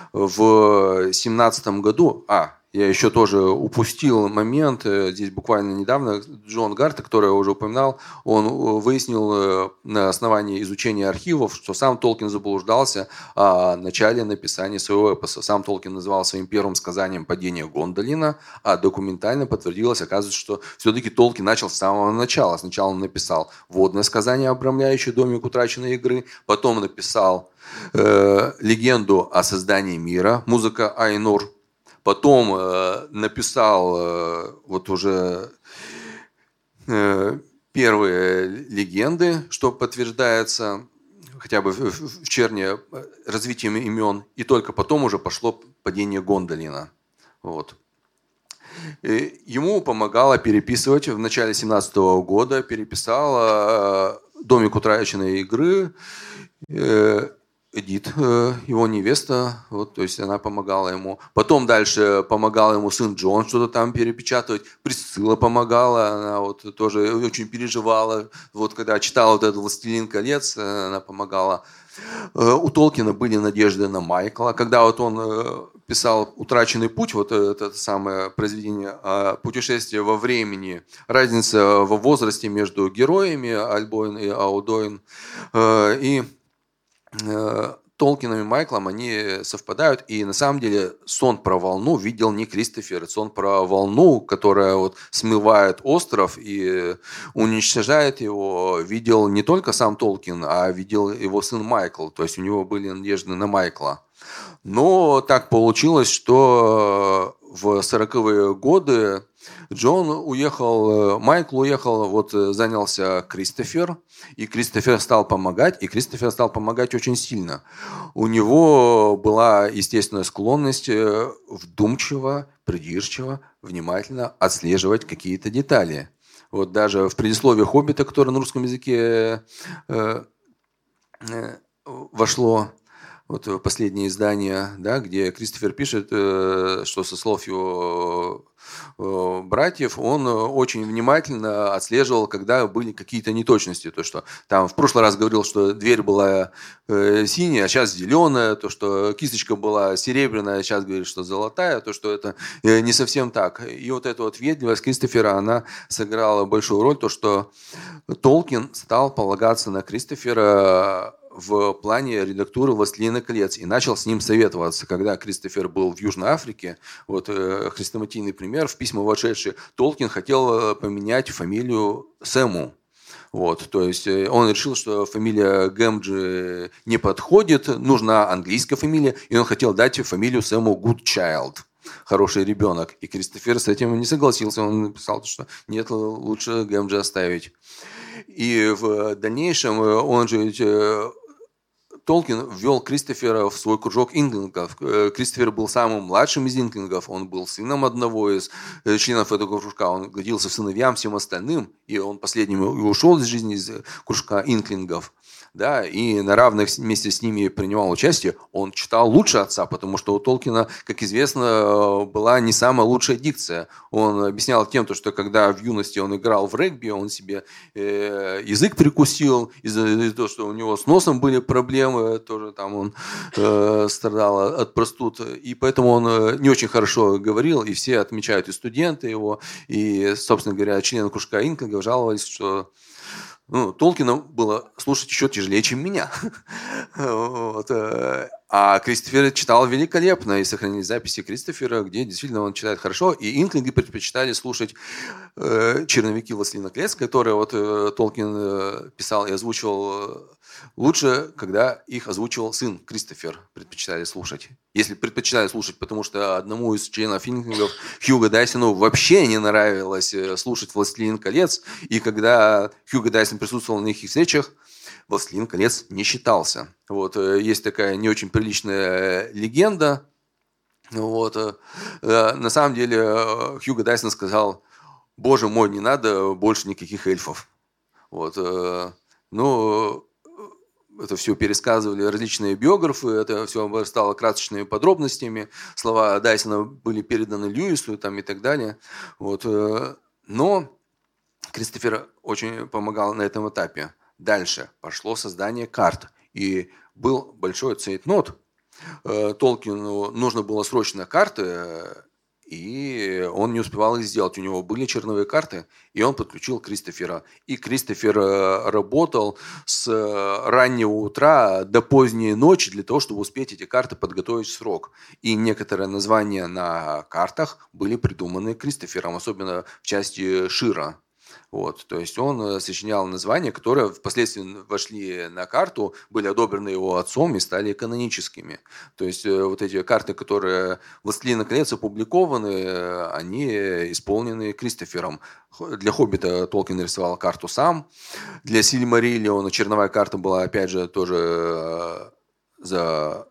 S1: В семнадцатом году, а, я еще тоже упустил момент, здесь буквально недавно Джон Гарта, который я уже упоминал, он выяснил на основании изучения архивов, что сам Толкин заблуждался о начале написания своего эпоса. Сам Толкин называл своим первым сказанием «Падение Гондолина», а документально подтвердилось, оказывается, что все-таки Толкин начал с самого начала. Сначала он написал «Водное сказание, обрамляющее домик утраченной игры», потом написал э, «Легенду о создании мира», музыка Айнур. Потом э, написал э, вот уже э, первые легенды, что подтверждается хотя бы в, в черне развитием имен, и только потом уже пошло падение Гондолина. Вот. И ему помогало переписывать в начале семнадцатого года, переписал э, «Домик утраченной игры», э, Эдит, его невеста, вот, то есть она помогала ему. Потом дальше помогал ему сын Джон что-то там перепечатывать. Присцилла помогала, она вот тоже очень переживала. Вот когда читала вот этот «Властелин колец», она помогала. У Толкина были надежды на Майкла. Когда вот он писал «Утраченный путь», вот это самое произведение о путешествии во времени, разница во возрасте между героями Альбоин и Аудоин, и Толкином и Майклом, они совпадают. И на самом деле сон про волну видел не Кристофер. Сон про волну, которая вот смывает остров и уничтожает его, видел не только сам Толкин, а видел его сын Майкл. То есть у него были надежды на Майкла. Но так получилось, что в сороковые годы Джон уехал, Майкл уехал, вот занялся Кристофер, и Кристофер стал помогать, и Кристофер стал помогать очень сильно. У него была естественная склонность вдумчиво, придирчиво, внимательно отслеживать какие-то детали. Вот даже в предисловии «Хоббита», которое на русском языке э, э, вошло, вот последнее издание, да, где Кристофер пишет, э, что со слов его э, братьев он очень внимательно отслеживал, когда были какие-то неточности. То, что там в прошлый раз говорил, что дверь была э, синяя, а сейчас зеленая, то, что кисточка была серебряная, а сейчас говорит, что золотая, то, что это э, не совсем так. И вот эта вот ведливость Кристофера, она сыграла большую роль, то, что Толкин стал полагаться на Кристофера в плане редактуры «Властелина колец» и начал с ним советоваться. Когда Кристофер был в Южной Африке, вот э, хрестоматийный пример, в письма вошедшие, Толкин хотел поменять фамилию Сэму. Вот, то есть он решил, что фамилия Гэмджи не подходит, нужна английская фамилия, и он хотел дать фамилию Сэму Гудчайлд. Хороший ребенок. И Кристофер с этим не согласился. Он написал, что нет, лучше Гэмджи оставить. И в дальнейшем он же... Толкин ввел Кристофера в свой кружок инклингов. Кристофер был самым младшим из инклингов, он был сыном одного из членов этого кружка, он годился сыновьям всем остальным, и он последним ушел из жизни из кружка инклингов. Да, и на равных вместе с ними принимал участие. Он читал лучше отца, потому что у Толкина, как известно, была не самая лучшая дикция. Он объяснял тем, что когда в юности он играл в регби, он себе э, язык прикусил, из-за того, что у него с носом были проблемы, тоже там он э, страдал от простуд. И поэтому он не очень хорошо говорил, и все отмечают, и студенты его, и, собственно говоря, члены кружка инклингов жаловались, что ну, Толкина было слушать еще тяжелее, чем меня. Вот. А Кристофер читал великолепно, и сохранились записи Кристофера, где действительно он читает хорошо, и инклинги предпочитали слушать э, черновики «Властелина колец», которые вот э, Толкин э, писал и озвучивал э, лучше, когда их озвучивал сын Кристофер, предпочитали слушать. Если предпочитали слушать, потому что одному из членов инклингов, Хьюго Дайсону, вообще не нравилось слушать «Властелин колец», и когда Хьюго Дайсон присутствовал на их встречах, «Властелин колец» не считался. Вот, есть такая не очень приличная легенда. Вот, на самом деле Хьюго Дайсон сказал: «Боже мой, не надо больше никаких эльфов». Вот, ну, это все пересказывали различные биографы, это все стало красочными подробностями. Слова Дайсона были переданы Льюису там, и так далее. Вот, но Кристофер очень помогал на этом этапе. Дальше пошло создание карт, и был большой цейтнот. Толкину нужно было срочно карты, и он не успевал их сделать. У него были черновые карты, и он подключил Кристофера. И Кристофер работал с раннего утра до поздней ночи для того, чтобы успеть эти карты подготовить в срок. И некоторые названия на картах были придуманы Кристофером, особенно в части Шира. Вот, то есть он сочинял названия, которые впоследствии вошли на карту, были одобрены его отцом и стали каноническими. То есть вот эти карты, которые «Властелина колец» опубликованы, они исполнены Кристофером. Для «Хоббита» Толкин нарисовал карту сам. Для «Сильмариллиона» черновая карта была, опять же, тоже за...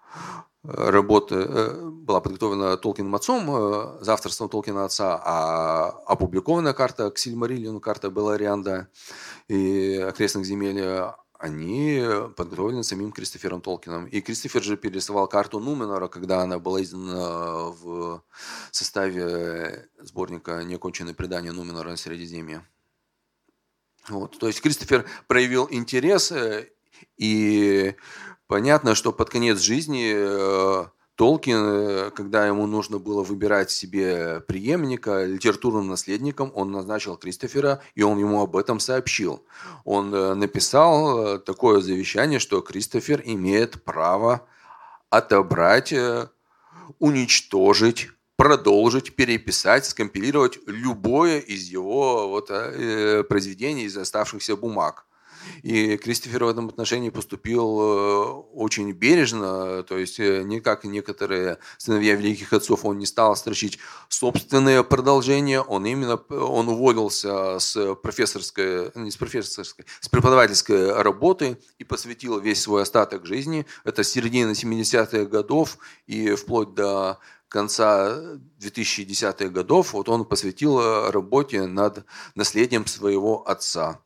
S1: Работа была подготовлена Толкиным отцом, за авторством Толкина отца, а опубликованная карта к Сильмариллиону, карта Беларианда и окрестных земель, они подготовлены самим Кристофером Толкином. И Кристофер же перерисовал карту Нуменора, когда она была издана в составе сборника «Неоконченные предания Нуменора на Средиземье». Вот. То есть Кристофер проявил интерес, и понятно, что под конец жизни Толкин, когда ему нужно было выбирать себе преемника, литературным наследником, он назначил Кристофера, и он ему об этом сообщил. Он написал такое завещание, что Кристофер имеет право отобрать, уничтожить, продолжить, переписать, скомпилировать любое из его вот, произведений, из оставшихся бумаг. И Кристофер в этом отношении поступил очень бережно, то есть не как некоторые сыновья великих отцов, он не стал строчить собственные продолжения, он именно он уволился с профессорской, не с профессорской, с преподавательской работы и посвятил весь свой остаток жизни, это с середины семидесятых годов и вплоть до конца две тысячи десятых годов, вот он посвятил работе над наследием своего отца.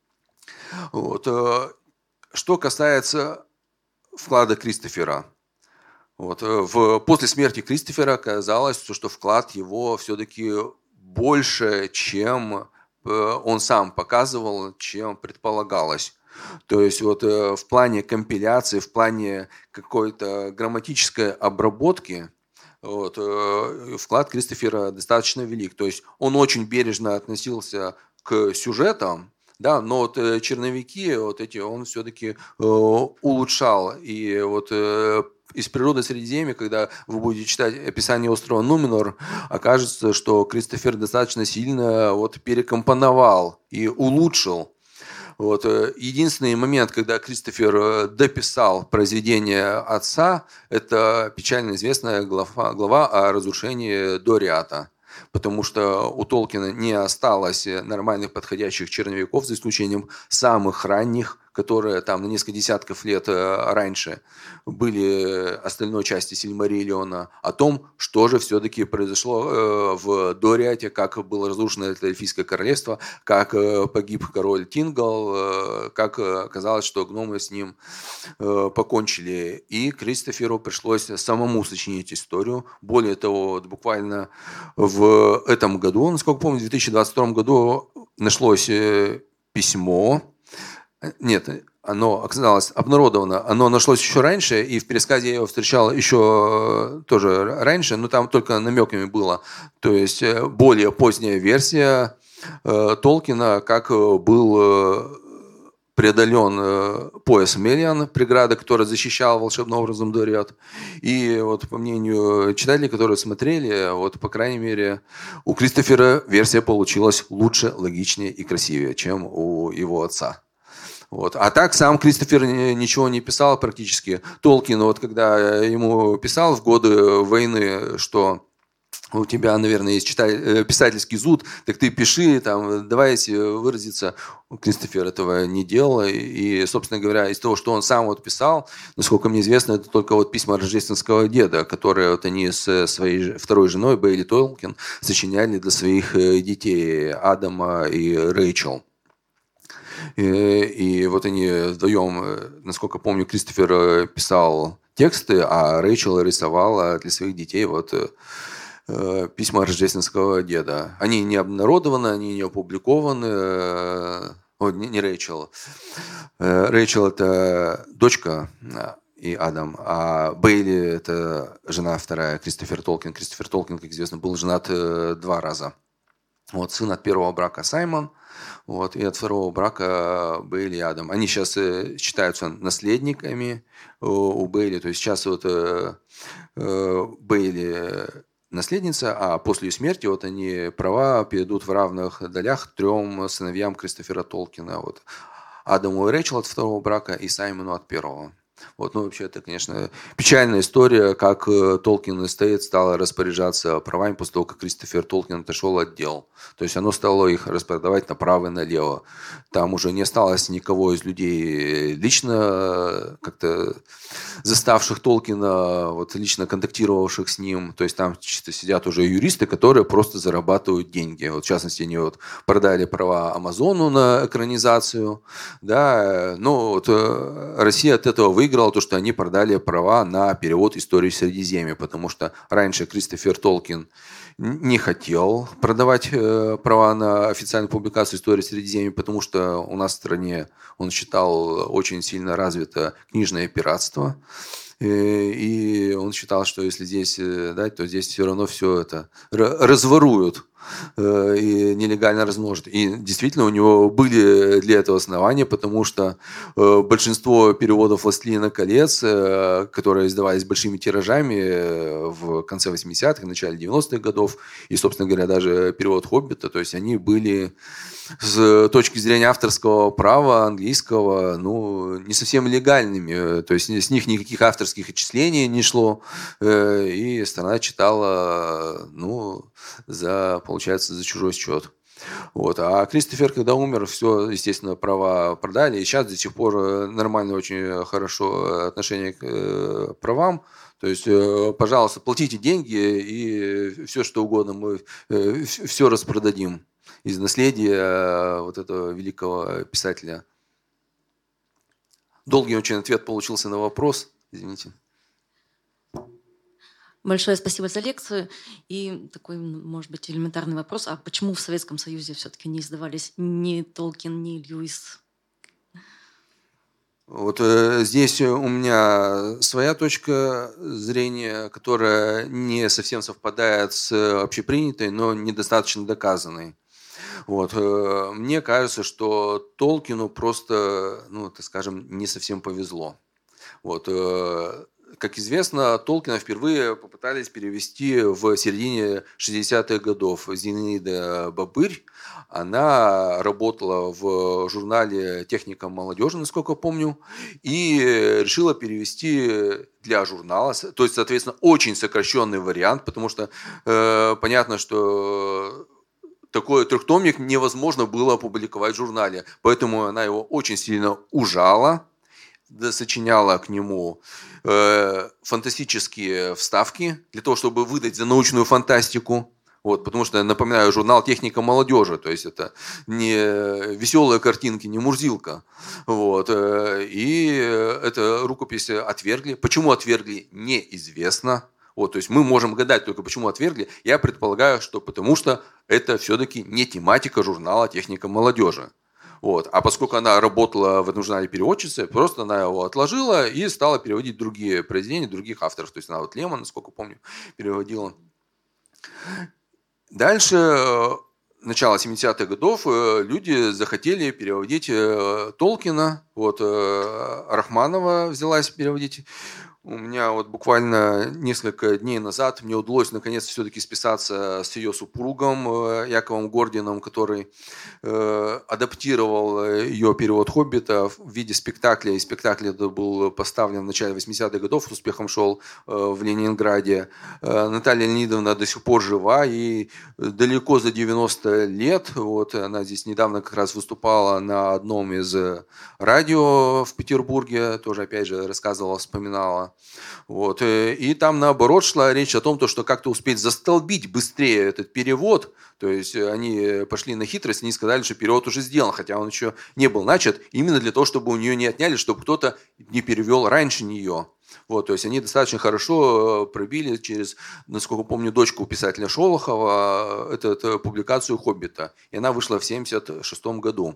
S1: Вот. Что касается вклада Кристофера. Вот. В, после смерти Кристофера оказалось, что вклад его все-таки больше, чем он сам показывал, чем предполагалось. То есть вот в плане компиляции, в плане какой-то грамматической обработки вот, вклад Кристофера достаточно велик. То есть он очень бережно относился к сюжетам, да, но вот черновики вот эти он все-таки э, улучшал. И вот э, из «Природы Средиземья», когда вы будете читать описание острова Нуменор, окажется, что Кристофер достаточно сильно вот перекомпоновал и улучшил. Вот. Единственный момент, когда Кристофер дописал произведение отца, это печально известная глава, глава о разрушении Дориата. Потому что у Толкина не осталось нормальных подходящих черновиков, за исключением самых ранних, которые там на несколько десятков лет раньше были остальной части Сильмариллиона, о том, что же все-таки произошло в Дориате, как было разрушено это эльфийское королевство, как погиб король Тингал, как оказалось, что гномы с ним покончили. И Кристоферу пришлось самому сочинить историю. Более того, вот буквально в этом году, насколько помню, в две тысячи двадцать втором году нашлось письмо. Нет, оно оказалось обнародовано, оно нашлось еще раньше, и в пересказе я его встречал еще тоже раньше, но там только намеками было. То есть более поздняя версия Толкина, как был преодолен э, пояс Мелиан, преграда, которая защищала волшебным образом Дориат. И вот по мнению читателей, которые смотрели, вот по крайней мере у Кристофера версия получилась лучше, логичнее и красивее, чем у его отца. Вот. А так сам Кристофер ничего не писал практически. Толкин, вот когда ему писал в годы войны, что у тебя, наверное, есть читатель, писательский зуд, так ты пиши, там, давайте выразиться. Кристофер этого не делал. И, собственно говоря, из того, что он сам вот писал, насколько мне известно, это только вот письма рождественского деда, которые вот они с своей второй женой, Бейли Толкин, сочиняли для своих детей, Адама и Рэйчел. И, и вот они вдвоем, насколько помню, Кристофер писал тексты, а Рэйчел рисовала для своих детей вот письма рождественского деда. Они не обнародованы, они не опубликованы. О, не, не Рэйчел. Рэйчел – это дочка и Адам, а Бейли – это жена вторая, Кристофер Толкин. Кристофер Толкин, как известно, был женат два раза. Вот, сын от первого брака Саймон, вот, и от второго брака Бейли и Адам. Они сейчас считаются наследниками у Бейли. То есть сейчас вот Бейли наследница, а после ее смерти вот они права перейдут в равных долях трем сыновьям Кристофера Толкина. Вот. Адаму и Рэйчел от второго брака и Саймону от первого. Вот, ну, вообще, это, конечно, печальная история, как Толкин Эстейт стала распоряжаться правами после того, как Кристофер Толкин отошел от дел. То есть оно стало их распродавать направо и налево. Там уже не осталось никого из людей лично как-то заставших Толкина, вот, лично контактировавших с ним. То есть там чисто сидят уже юристы, которые просто зарабатывают деньги. Вот, в частности, они вот продали права Амазону на экранизацию. Да, но вот Россия от этого выиграла. Выиграло то, что они продали права на перевод истории Средиземья, потому что раньше Кристофер Толкин не хотел продавать права на официальную публикацию истории Средиземья, потому что у нас в стране, он считал, очень сильно развито книжное пиратство. И он считал, что если здесь дать, то здесь все равно все это разворуют и нелегально размножат. И действительно у него были для этого основания, потому что большинство переводов «Властелина колец», которые издавались большими тиражами в конце восьмидесятых, в начале девяностых годов, и, собственно говоря, даже перевод «Хоббита», то есть они были с точки зрения авторского права английского, ну, не совсем легальными. То есть с них никаких авторских отчислений не шло, и страна читала, ну, за, получается, за чужой счет. Вот. А Кристофер, когда умер, все, естественно, права продали, и сейчас до сих пор нормально, очень хорошо отношение к правам. То есть, пожалуйста, платите деньги, и все, что угодно, мы все распродадим из наследия вот этого великого писателя. Долгий очень ответ получился на вопрос. Извините.
S5: Большое спасибо за лекцию. И такой, может быть, элементарный вопрос. А почему в Советском Союзе все-таки не издавались ни Толкин, ни Льюис?
S1: Вот э, здесь у меня своя точка зрения, которая не совсем совпадает с общепринятой, но недостаточно доказанной. Вот. Мне кажется, что Толкину просто, ну, так скажем, не совсем повезло. Вот. Как известно, Толкина впервые попытались перевести в середине шестидесятых годов. Зинаида Бобырь, она работала в журнале «Техника молодежи», насколько помню, и решила перевести для журнала, то есть, соответственно, очень сокращенный вариант, потому что э, понятно, что такой трехтомник невозможно было опубликовать в журнале, поэтому она его очень сильно ужала, сочиняла к нему э, фантастические вставки для того, чтобы выдать за научную фантастику. Вот, потому что, напоминаю, журнал «Техника молодежи», то есть это не веселые картинки, не Мурзилка. Вот, и эту рукопись отвергли. Почему отвергли, неизвестно. Вот, то есть мы можем гадать только, почему отвергли. Я предполагаю, что потому что это все-таки не тематика журнала «Техника молодежи». Вот. А поскольку она работала в этом журнале переводчицей, просто она его отложила и стала переводить другие произведения других авторов. То есть она вот Лемон, насколько помню, переводила. Дальше начала семидесятых годов люди захотели переводить Толкина. Вот Рахманова взялась переводить. У меня вот буквально несколько дней назад мне удалось наконец все-таки списаться с ее супругом Яковом Гордином, который э, адаптировал ее перевод «Хоббита» в виде спектакля. И спектакль этот был поставлен в начале восьмидесятых годов, с успехом шел э, в Ленинграде. Э, Наталья Леонидовна до сих пор жива, и далеко за девяносто лет, вот она здесь недавно как раз выступала на одном из радио в Петербурге, тоже опять же рассказывала, вспоминала. Вот. И там, наоборот, шла речь о том, что как-то успеть застолбить быстрее этот перевод. То есть они пошли на хитрость, они сказали, что перевод уже сделан, хотя он еще не был начат, именно для того, чтобы у нее не отняли, чтобы кто-то не перевел раньше нее. Вот, то есть они достаточно хорошо пробили через, насколько помню, дочку писателя Шолохова эту, эту публикацию «Хоббита». И она вышла в семьдесят шестом году.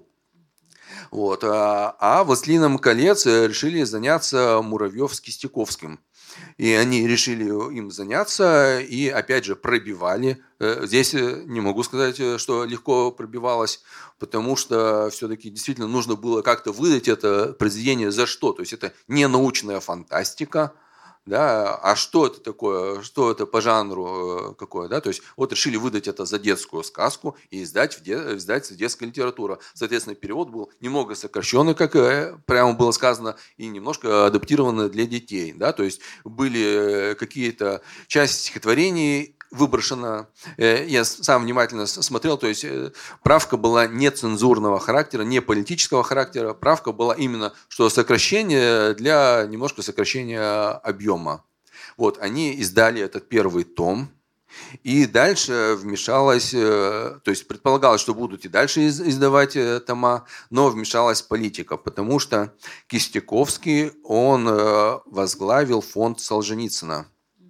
S1: Вот. А «Властелином колец» решили заняться Муравьев с Кистяковским. И они решили им заняться и, опять же, пробивали. Здесь не могу сказать, что легко пробивалось, потому что все-таки действительно нужно было как-то выдать это произведение за что. То есть это не научная фантастика, да, а что это такое, что это по жанру какое, да, то есть вот решили выдать это за детскую сказку и издать в, де, издать в детская литература. Соответственно, перевод был немного сокращенный, как прямо было сказано, и немножко адаптированный для детей, да, то есть были какие-то части стихотворений выброшена. Я сам внимательно смотрел, то есть правка была не цензурного характера, не политического характера, правка была именно, что сокращение для немножко сокращения объема. Вот, они издали этот первый том, и дальше вмешалась, то есть предполагалось, что будут и дальше издавать тома, но вмешалась политика, потому что Кистяковский, он возглавил фонд Солженицына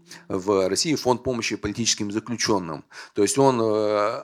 S1: в России, фонд помощи политическим заключенным. То есть он, у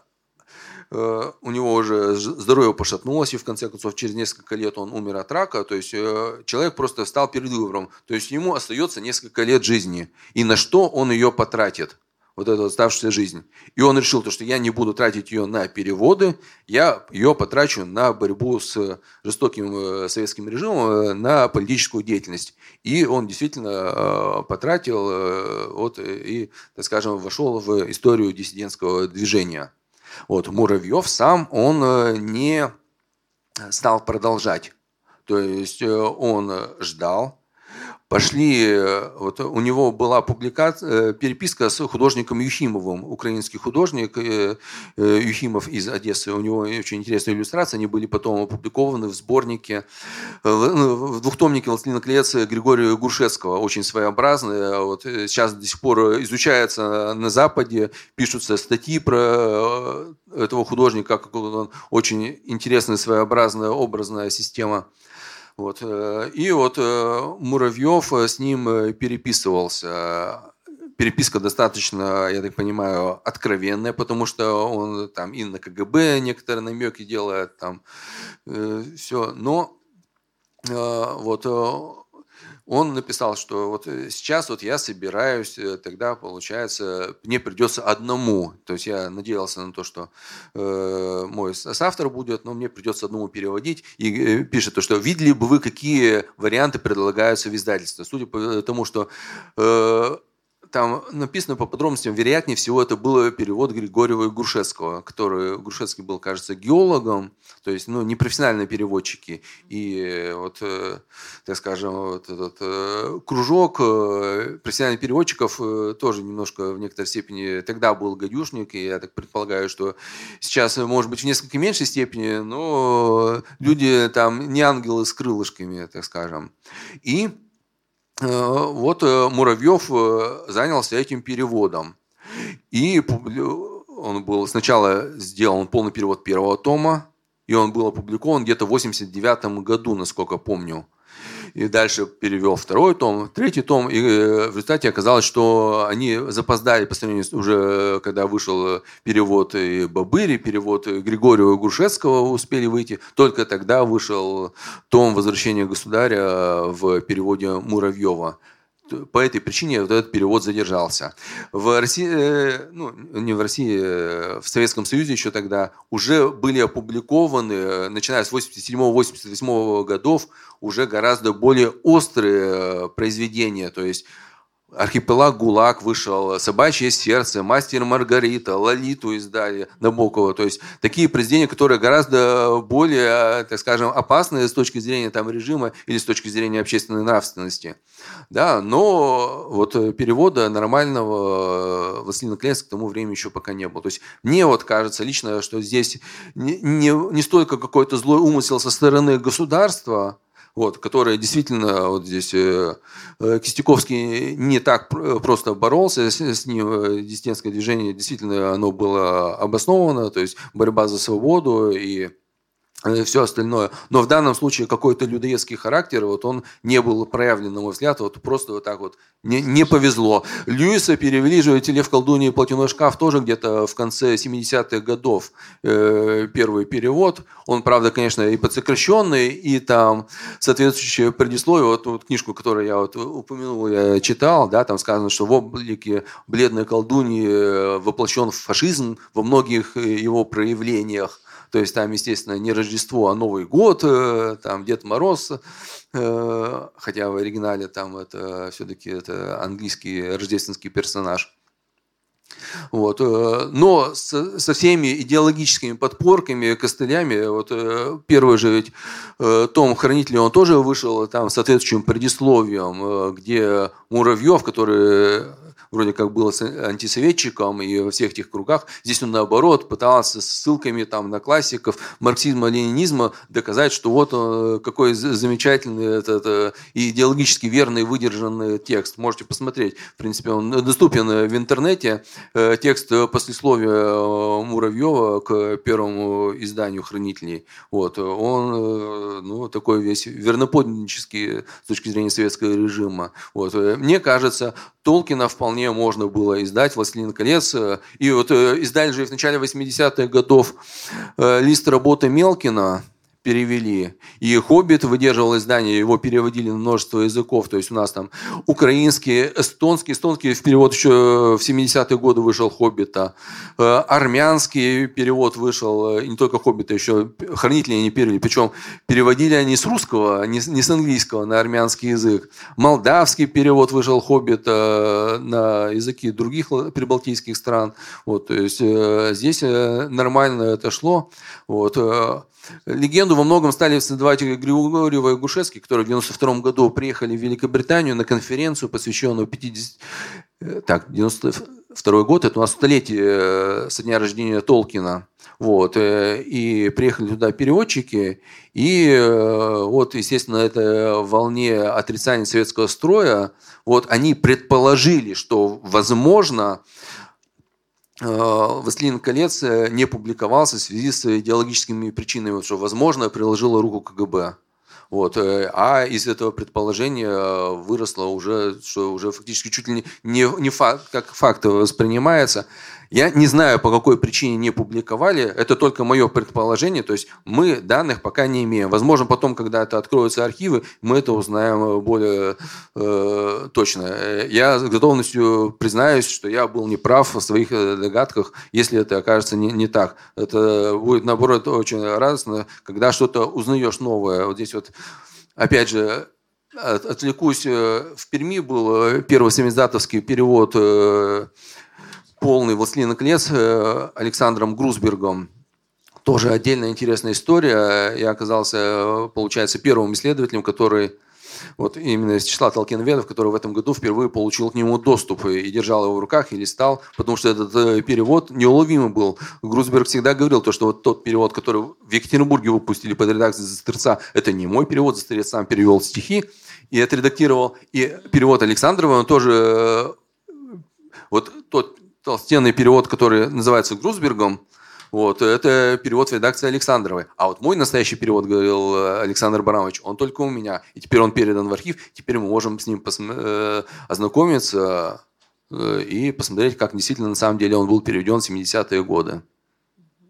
S1: него уже здоровье пошатнулось, и в конце концов через несколько лет он умер от рака. То есть человек просто встал перед выбором. То есть ему остается несколько лет жизни. И на что он ее потратит? Вот эту оставшуюся жизнь. И он решил, что я не буду тратить ее на переводы, я ее потрачу на борьбу с жестоким советским режимом, на политическую деятельность. И он действительно потратил вот, и, так скажем, вошел в историю диссидентского движения. Вот, Муравьев сам, он не стал продолжать. То есть он ждал. Пошли, вот у него была публикация, переписка с художником Юхимовым, украинский художник Юхимов из Одессы. У него очень интересные иллюстрации, они были потом опубликованы в сборнике, в двухтомнике «Властелина колец» Григория Грушевского, очень своеобразные. Вот сейчас до сих пор изучается на Западе, пишутся статьи про этого художника, как он очень интересная, своеобразная, образная система. Вот. И вот Муравьев с ним переписывался. Переписка достаточно, я так понимаю, откровенная, потому что он там и на КГБ некоторые намеки делает, там э, все. Но э, вот он написал, что вот сейчас вот я собираюсь, тогда, получается, мне придется одному. То есть я надеялся на то, что э, мой соавтор будет, но мне придется одному переводить. И э, пишет, что видели бы вы, какие варианты предлагаются в издательстве. Судя по тому, что э, там написано по подробностям, вероятнее всего, это был перевод Григорьева и Грушевского, который, Грушевский был, кажется, геологом, то есть, ну, непрофессиональные переводчики. И вот, так скажем, вот этот кружок профессиональных переводчиков тоже немножко в некоторой степени тогда был гадюшник, и я так предполагаю, что сейчас, может быть, в несколько меньшей степени, но люди там не ангелы с крылышками, так скажем. И вот Муравьев занялся этим переводом. И он был сначала сделан полный перевод первого тома, и он был опубликован где-то в восемьдесят девятом году, насколько помню. И дальше перевел второй том, третий том, и в результате оказалось, что они запоздали по сравнению с уже, когда вышел перевод и Бабыри, перевод Григория Грушевского успели выйти, только тогда вышел том «Возвращение государя» в переводе Муравьева. по этой причине вот этот перевод задержался. В России, ну, не в России, в Советском Союзе еще тогда уже были опубликованы, начиная с восемьдесят седьмого — восемьдесят восьмого годов, уже гораздо более острые произведения, то есть «Архипелаг ГУЛАГ» вышел, «Собачье сердце», «Мастер и Маргарита», «Лолиту» издали Набокова. То есть такие произведения, которые гораздо более, так скажем, опасные с точки зрения там, режима или с точки зрения общественной нравственности. Да, но вот перевода нормального «Властелина колец» к тому времени еще пока не было. То есть мне вот кажется лично, что здесь не, не, не столько какой-то злой умысел со стороны государства, вот, который действительно вот здесь э, Кистяковский не так просто боролся с, с ним, диссидентское движение действительно оно было обосновано, то есть борьба за свободу и все остальное. Но в данном случае какой-то людоедский характер, вот он не был проявлен, на мой взгляд, вот просто вот так вот не, не повезло. Льюиса перевели же «Лев, колдунья и платяной шкаф» тоже где-то в конце семидесятых годов э, первый перевод. Он, правда, конечно, и подсокращенный, и там соответствующее предисловие. Вот, вот книжку, которую я вот упомянул, я читал, да, там сказано, что в облике бледной колдуньи воплощен фашизм во многих его проявлениях. То есть там, естественно, не Рождество, а Новый год, там Дед Мороз, хотя в оригинале там это все-таки это английский рождественский персонаж. Вот. Но со, со всеми идеологическими подпорками, костылями, вот первый же ведь том «Хранители», он тоже вышел там соответствующим предисловием, где Муравьев, который вроде как был антисоветчиком и во всех этих кругах, здесь он наоборот пытался с ссылками там, на классиков марксизма, ленинизма доказать, что вот он, какой замечательный этот и идеологически верный выдержанный текст. Можете посмотреть, в принципе, он доступен в интернете. Текст послесловия Муравьева к первому изданию «Хранителей». Вот. Он ну, такой весь верноподданнический с точки зрения советского режима. Вот. Мне кажется, Толкина вполне можно было издать, «Властелин колец». И вот издали же в начале восьмидесятых годов лист работы Мелкина, перевели. И «Хоббит» выдерживал издание, его переводили на множество языков. То есть у нас там украинский, эстонский. Эстонский в перевод еще в семидесятые годы вышел «Хоббита». Армянский перевод вышел, и не только «Хоббита», еще «Хранители» они перевели. Причем переводили они с русского, не с английского на армянский язык. Молдавский перевод вышел «Хоббита» на языки других прибалтийских стран. Вот, то есть здесь нормально это шло. Вот. Легенду во многом стали создавать Григорьева и Гушевский, которые в девяносто втором году приехали в Великобританию на конференцию, посвященную пятидесятому... Так, девяносто второй год, это у нас столетие со дня рождения Толкина. Вот, и приехали туда переводчики, и вот, естественно, на этой волне отрицания советского строя, вот, они предположили, что, возможно, «Властелин колец» не публиковался в связи с идеологическими причинами, что, возможно, приложила руку КГБ. Вот. А из этого предположения выросло уже, что уже фактически чуть ли не, не факт, как факт воспринимается. Я не знаю, по какой причине не публиковали. Это только мое предположение. То есть мы данных пока не имеем. Возможно, потом, когда это откроются архивы, мы это узнаем более э, точно. Я с готовностью признаюсь, что я был неправ в своих догадках, если это окажется не, не так. Это будет, наоборот, очень радостно, когда что-то узнаешь новое. Вот здесь вот, опять же, отвлекусь. В Перми был первый самиздатовский перевод полный «Властелина колец» Александром Грусбергом. Тоже отдельная интересная история. Я оказался, получается, первым исследователем, который вот именно из числа толкиноведов, который в этом году впервые получил к нему доступ и держал его в руках и листал, потому что этот перевод неуловимый был. Грусберг всегда говорил, то, что вот тот перевод, который в Екатеринбурге выпустили под редакцией Застерца, это не мой перевод, Застерец сам перевел стихи и отредактировал. И перевод Александрова, он тоже вот тот толстенный перевод, который называется Грусбергом, вот, это перевод в редакции Александровой. А вот мой настоящий перевод, говорил Александр Баранович, он только у меня. И теперь он передан в архив, теперь мы можем с ним посм... ознакомиться и посмотреть, как действительно на самом деле он был переведен в семидесятые годы.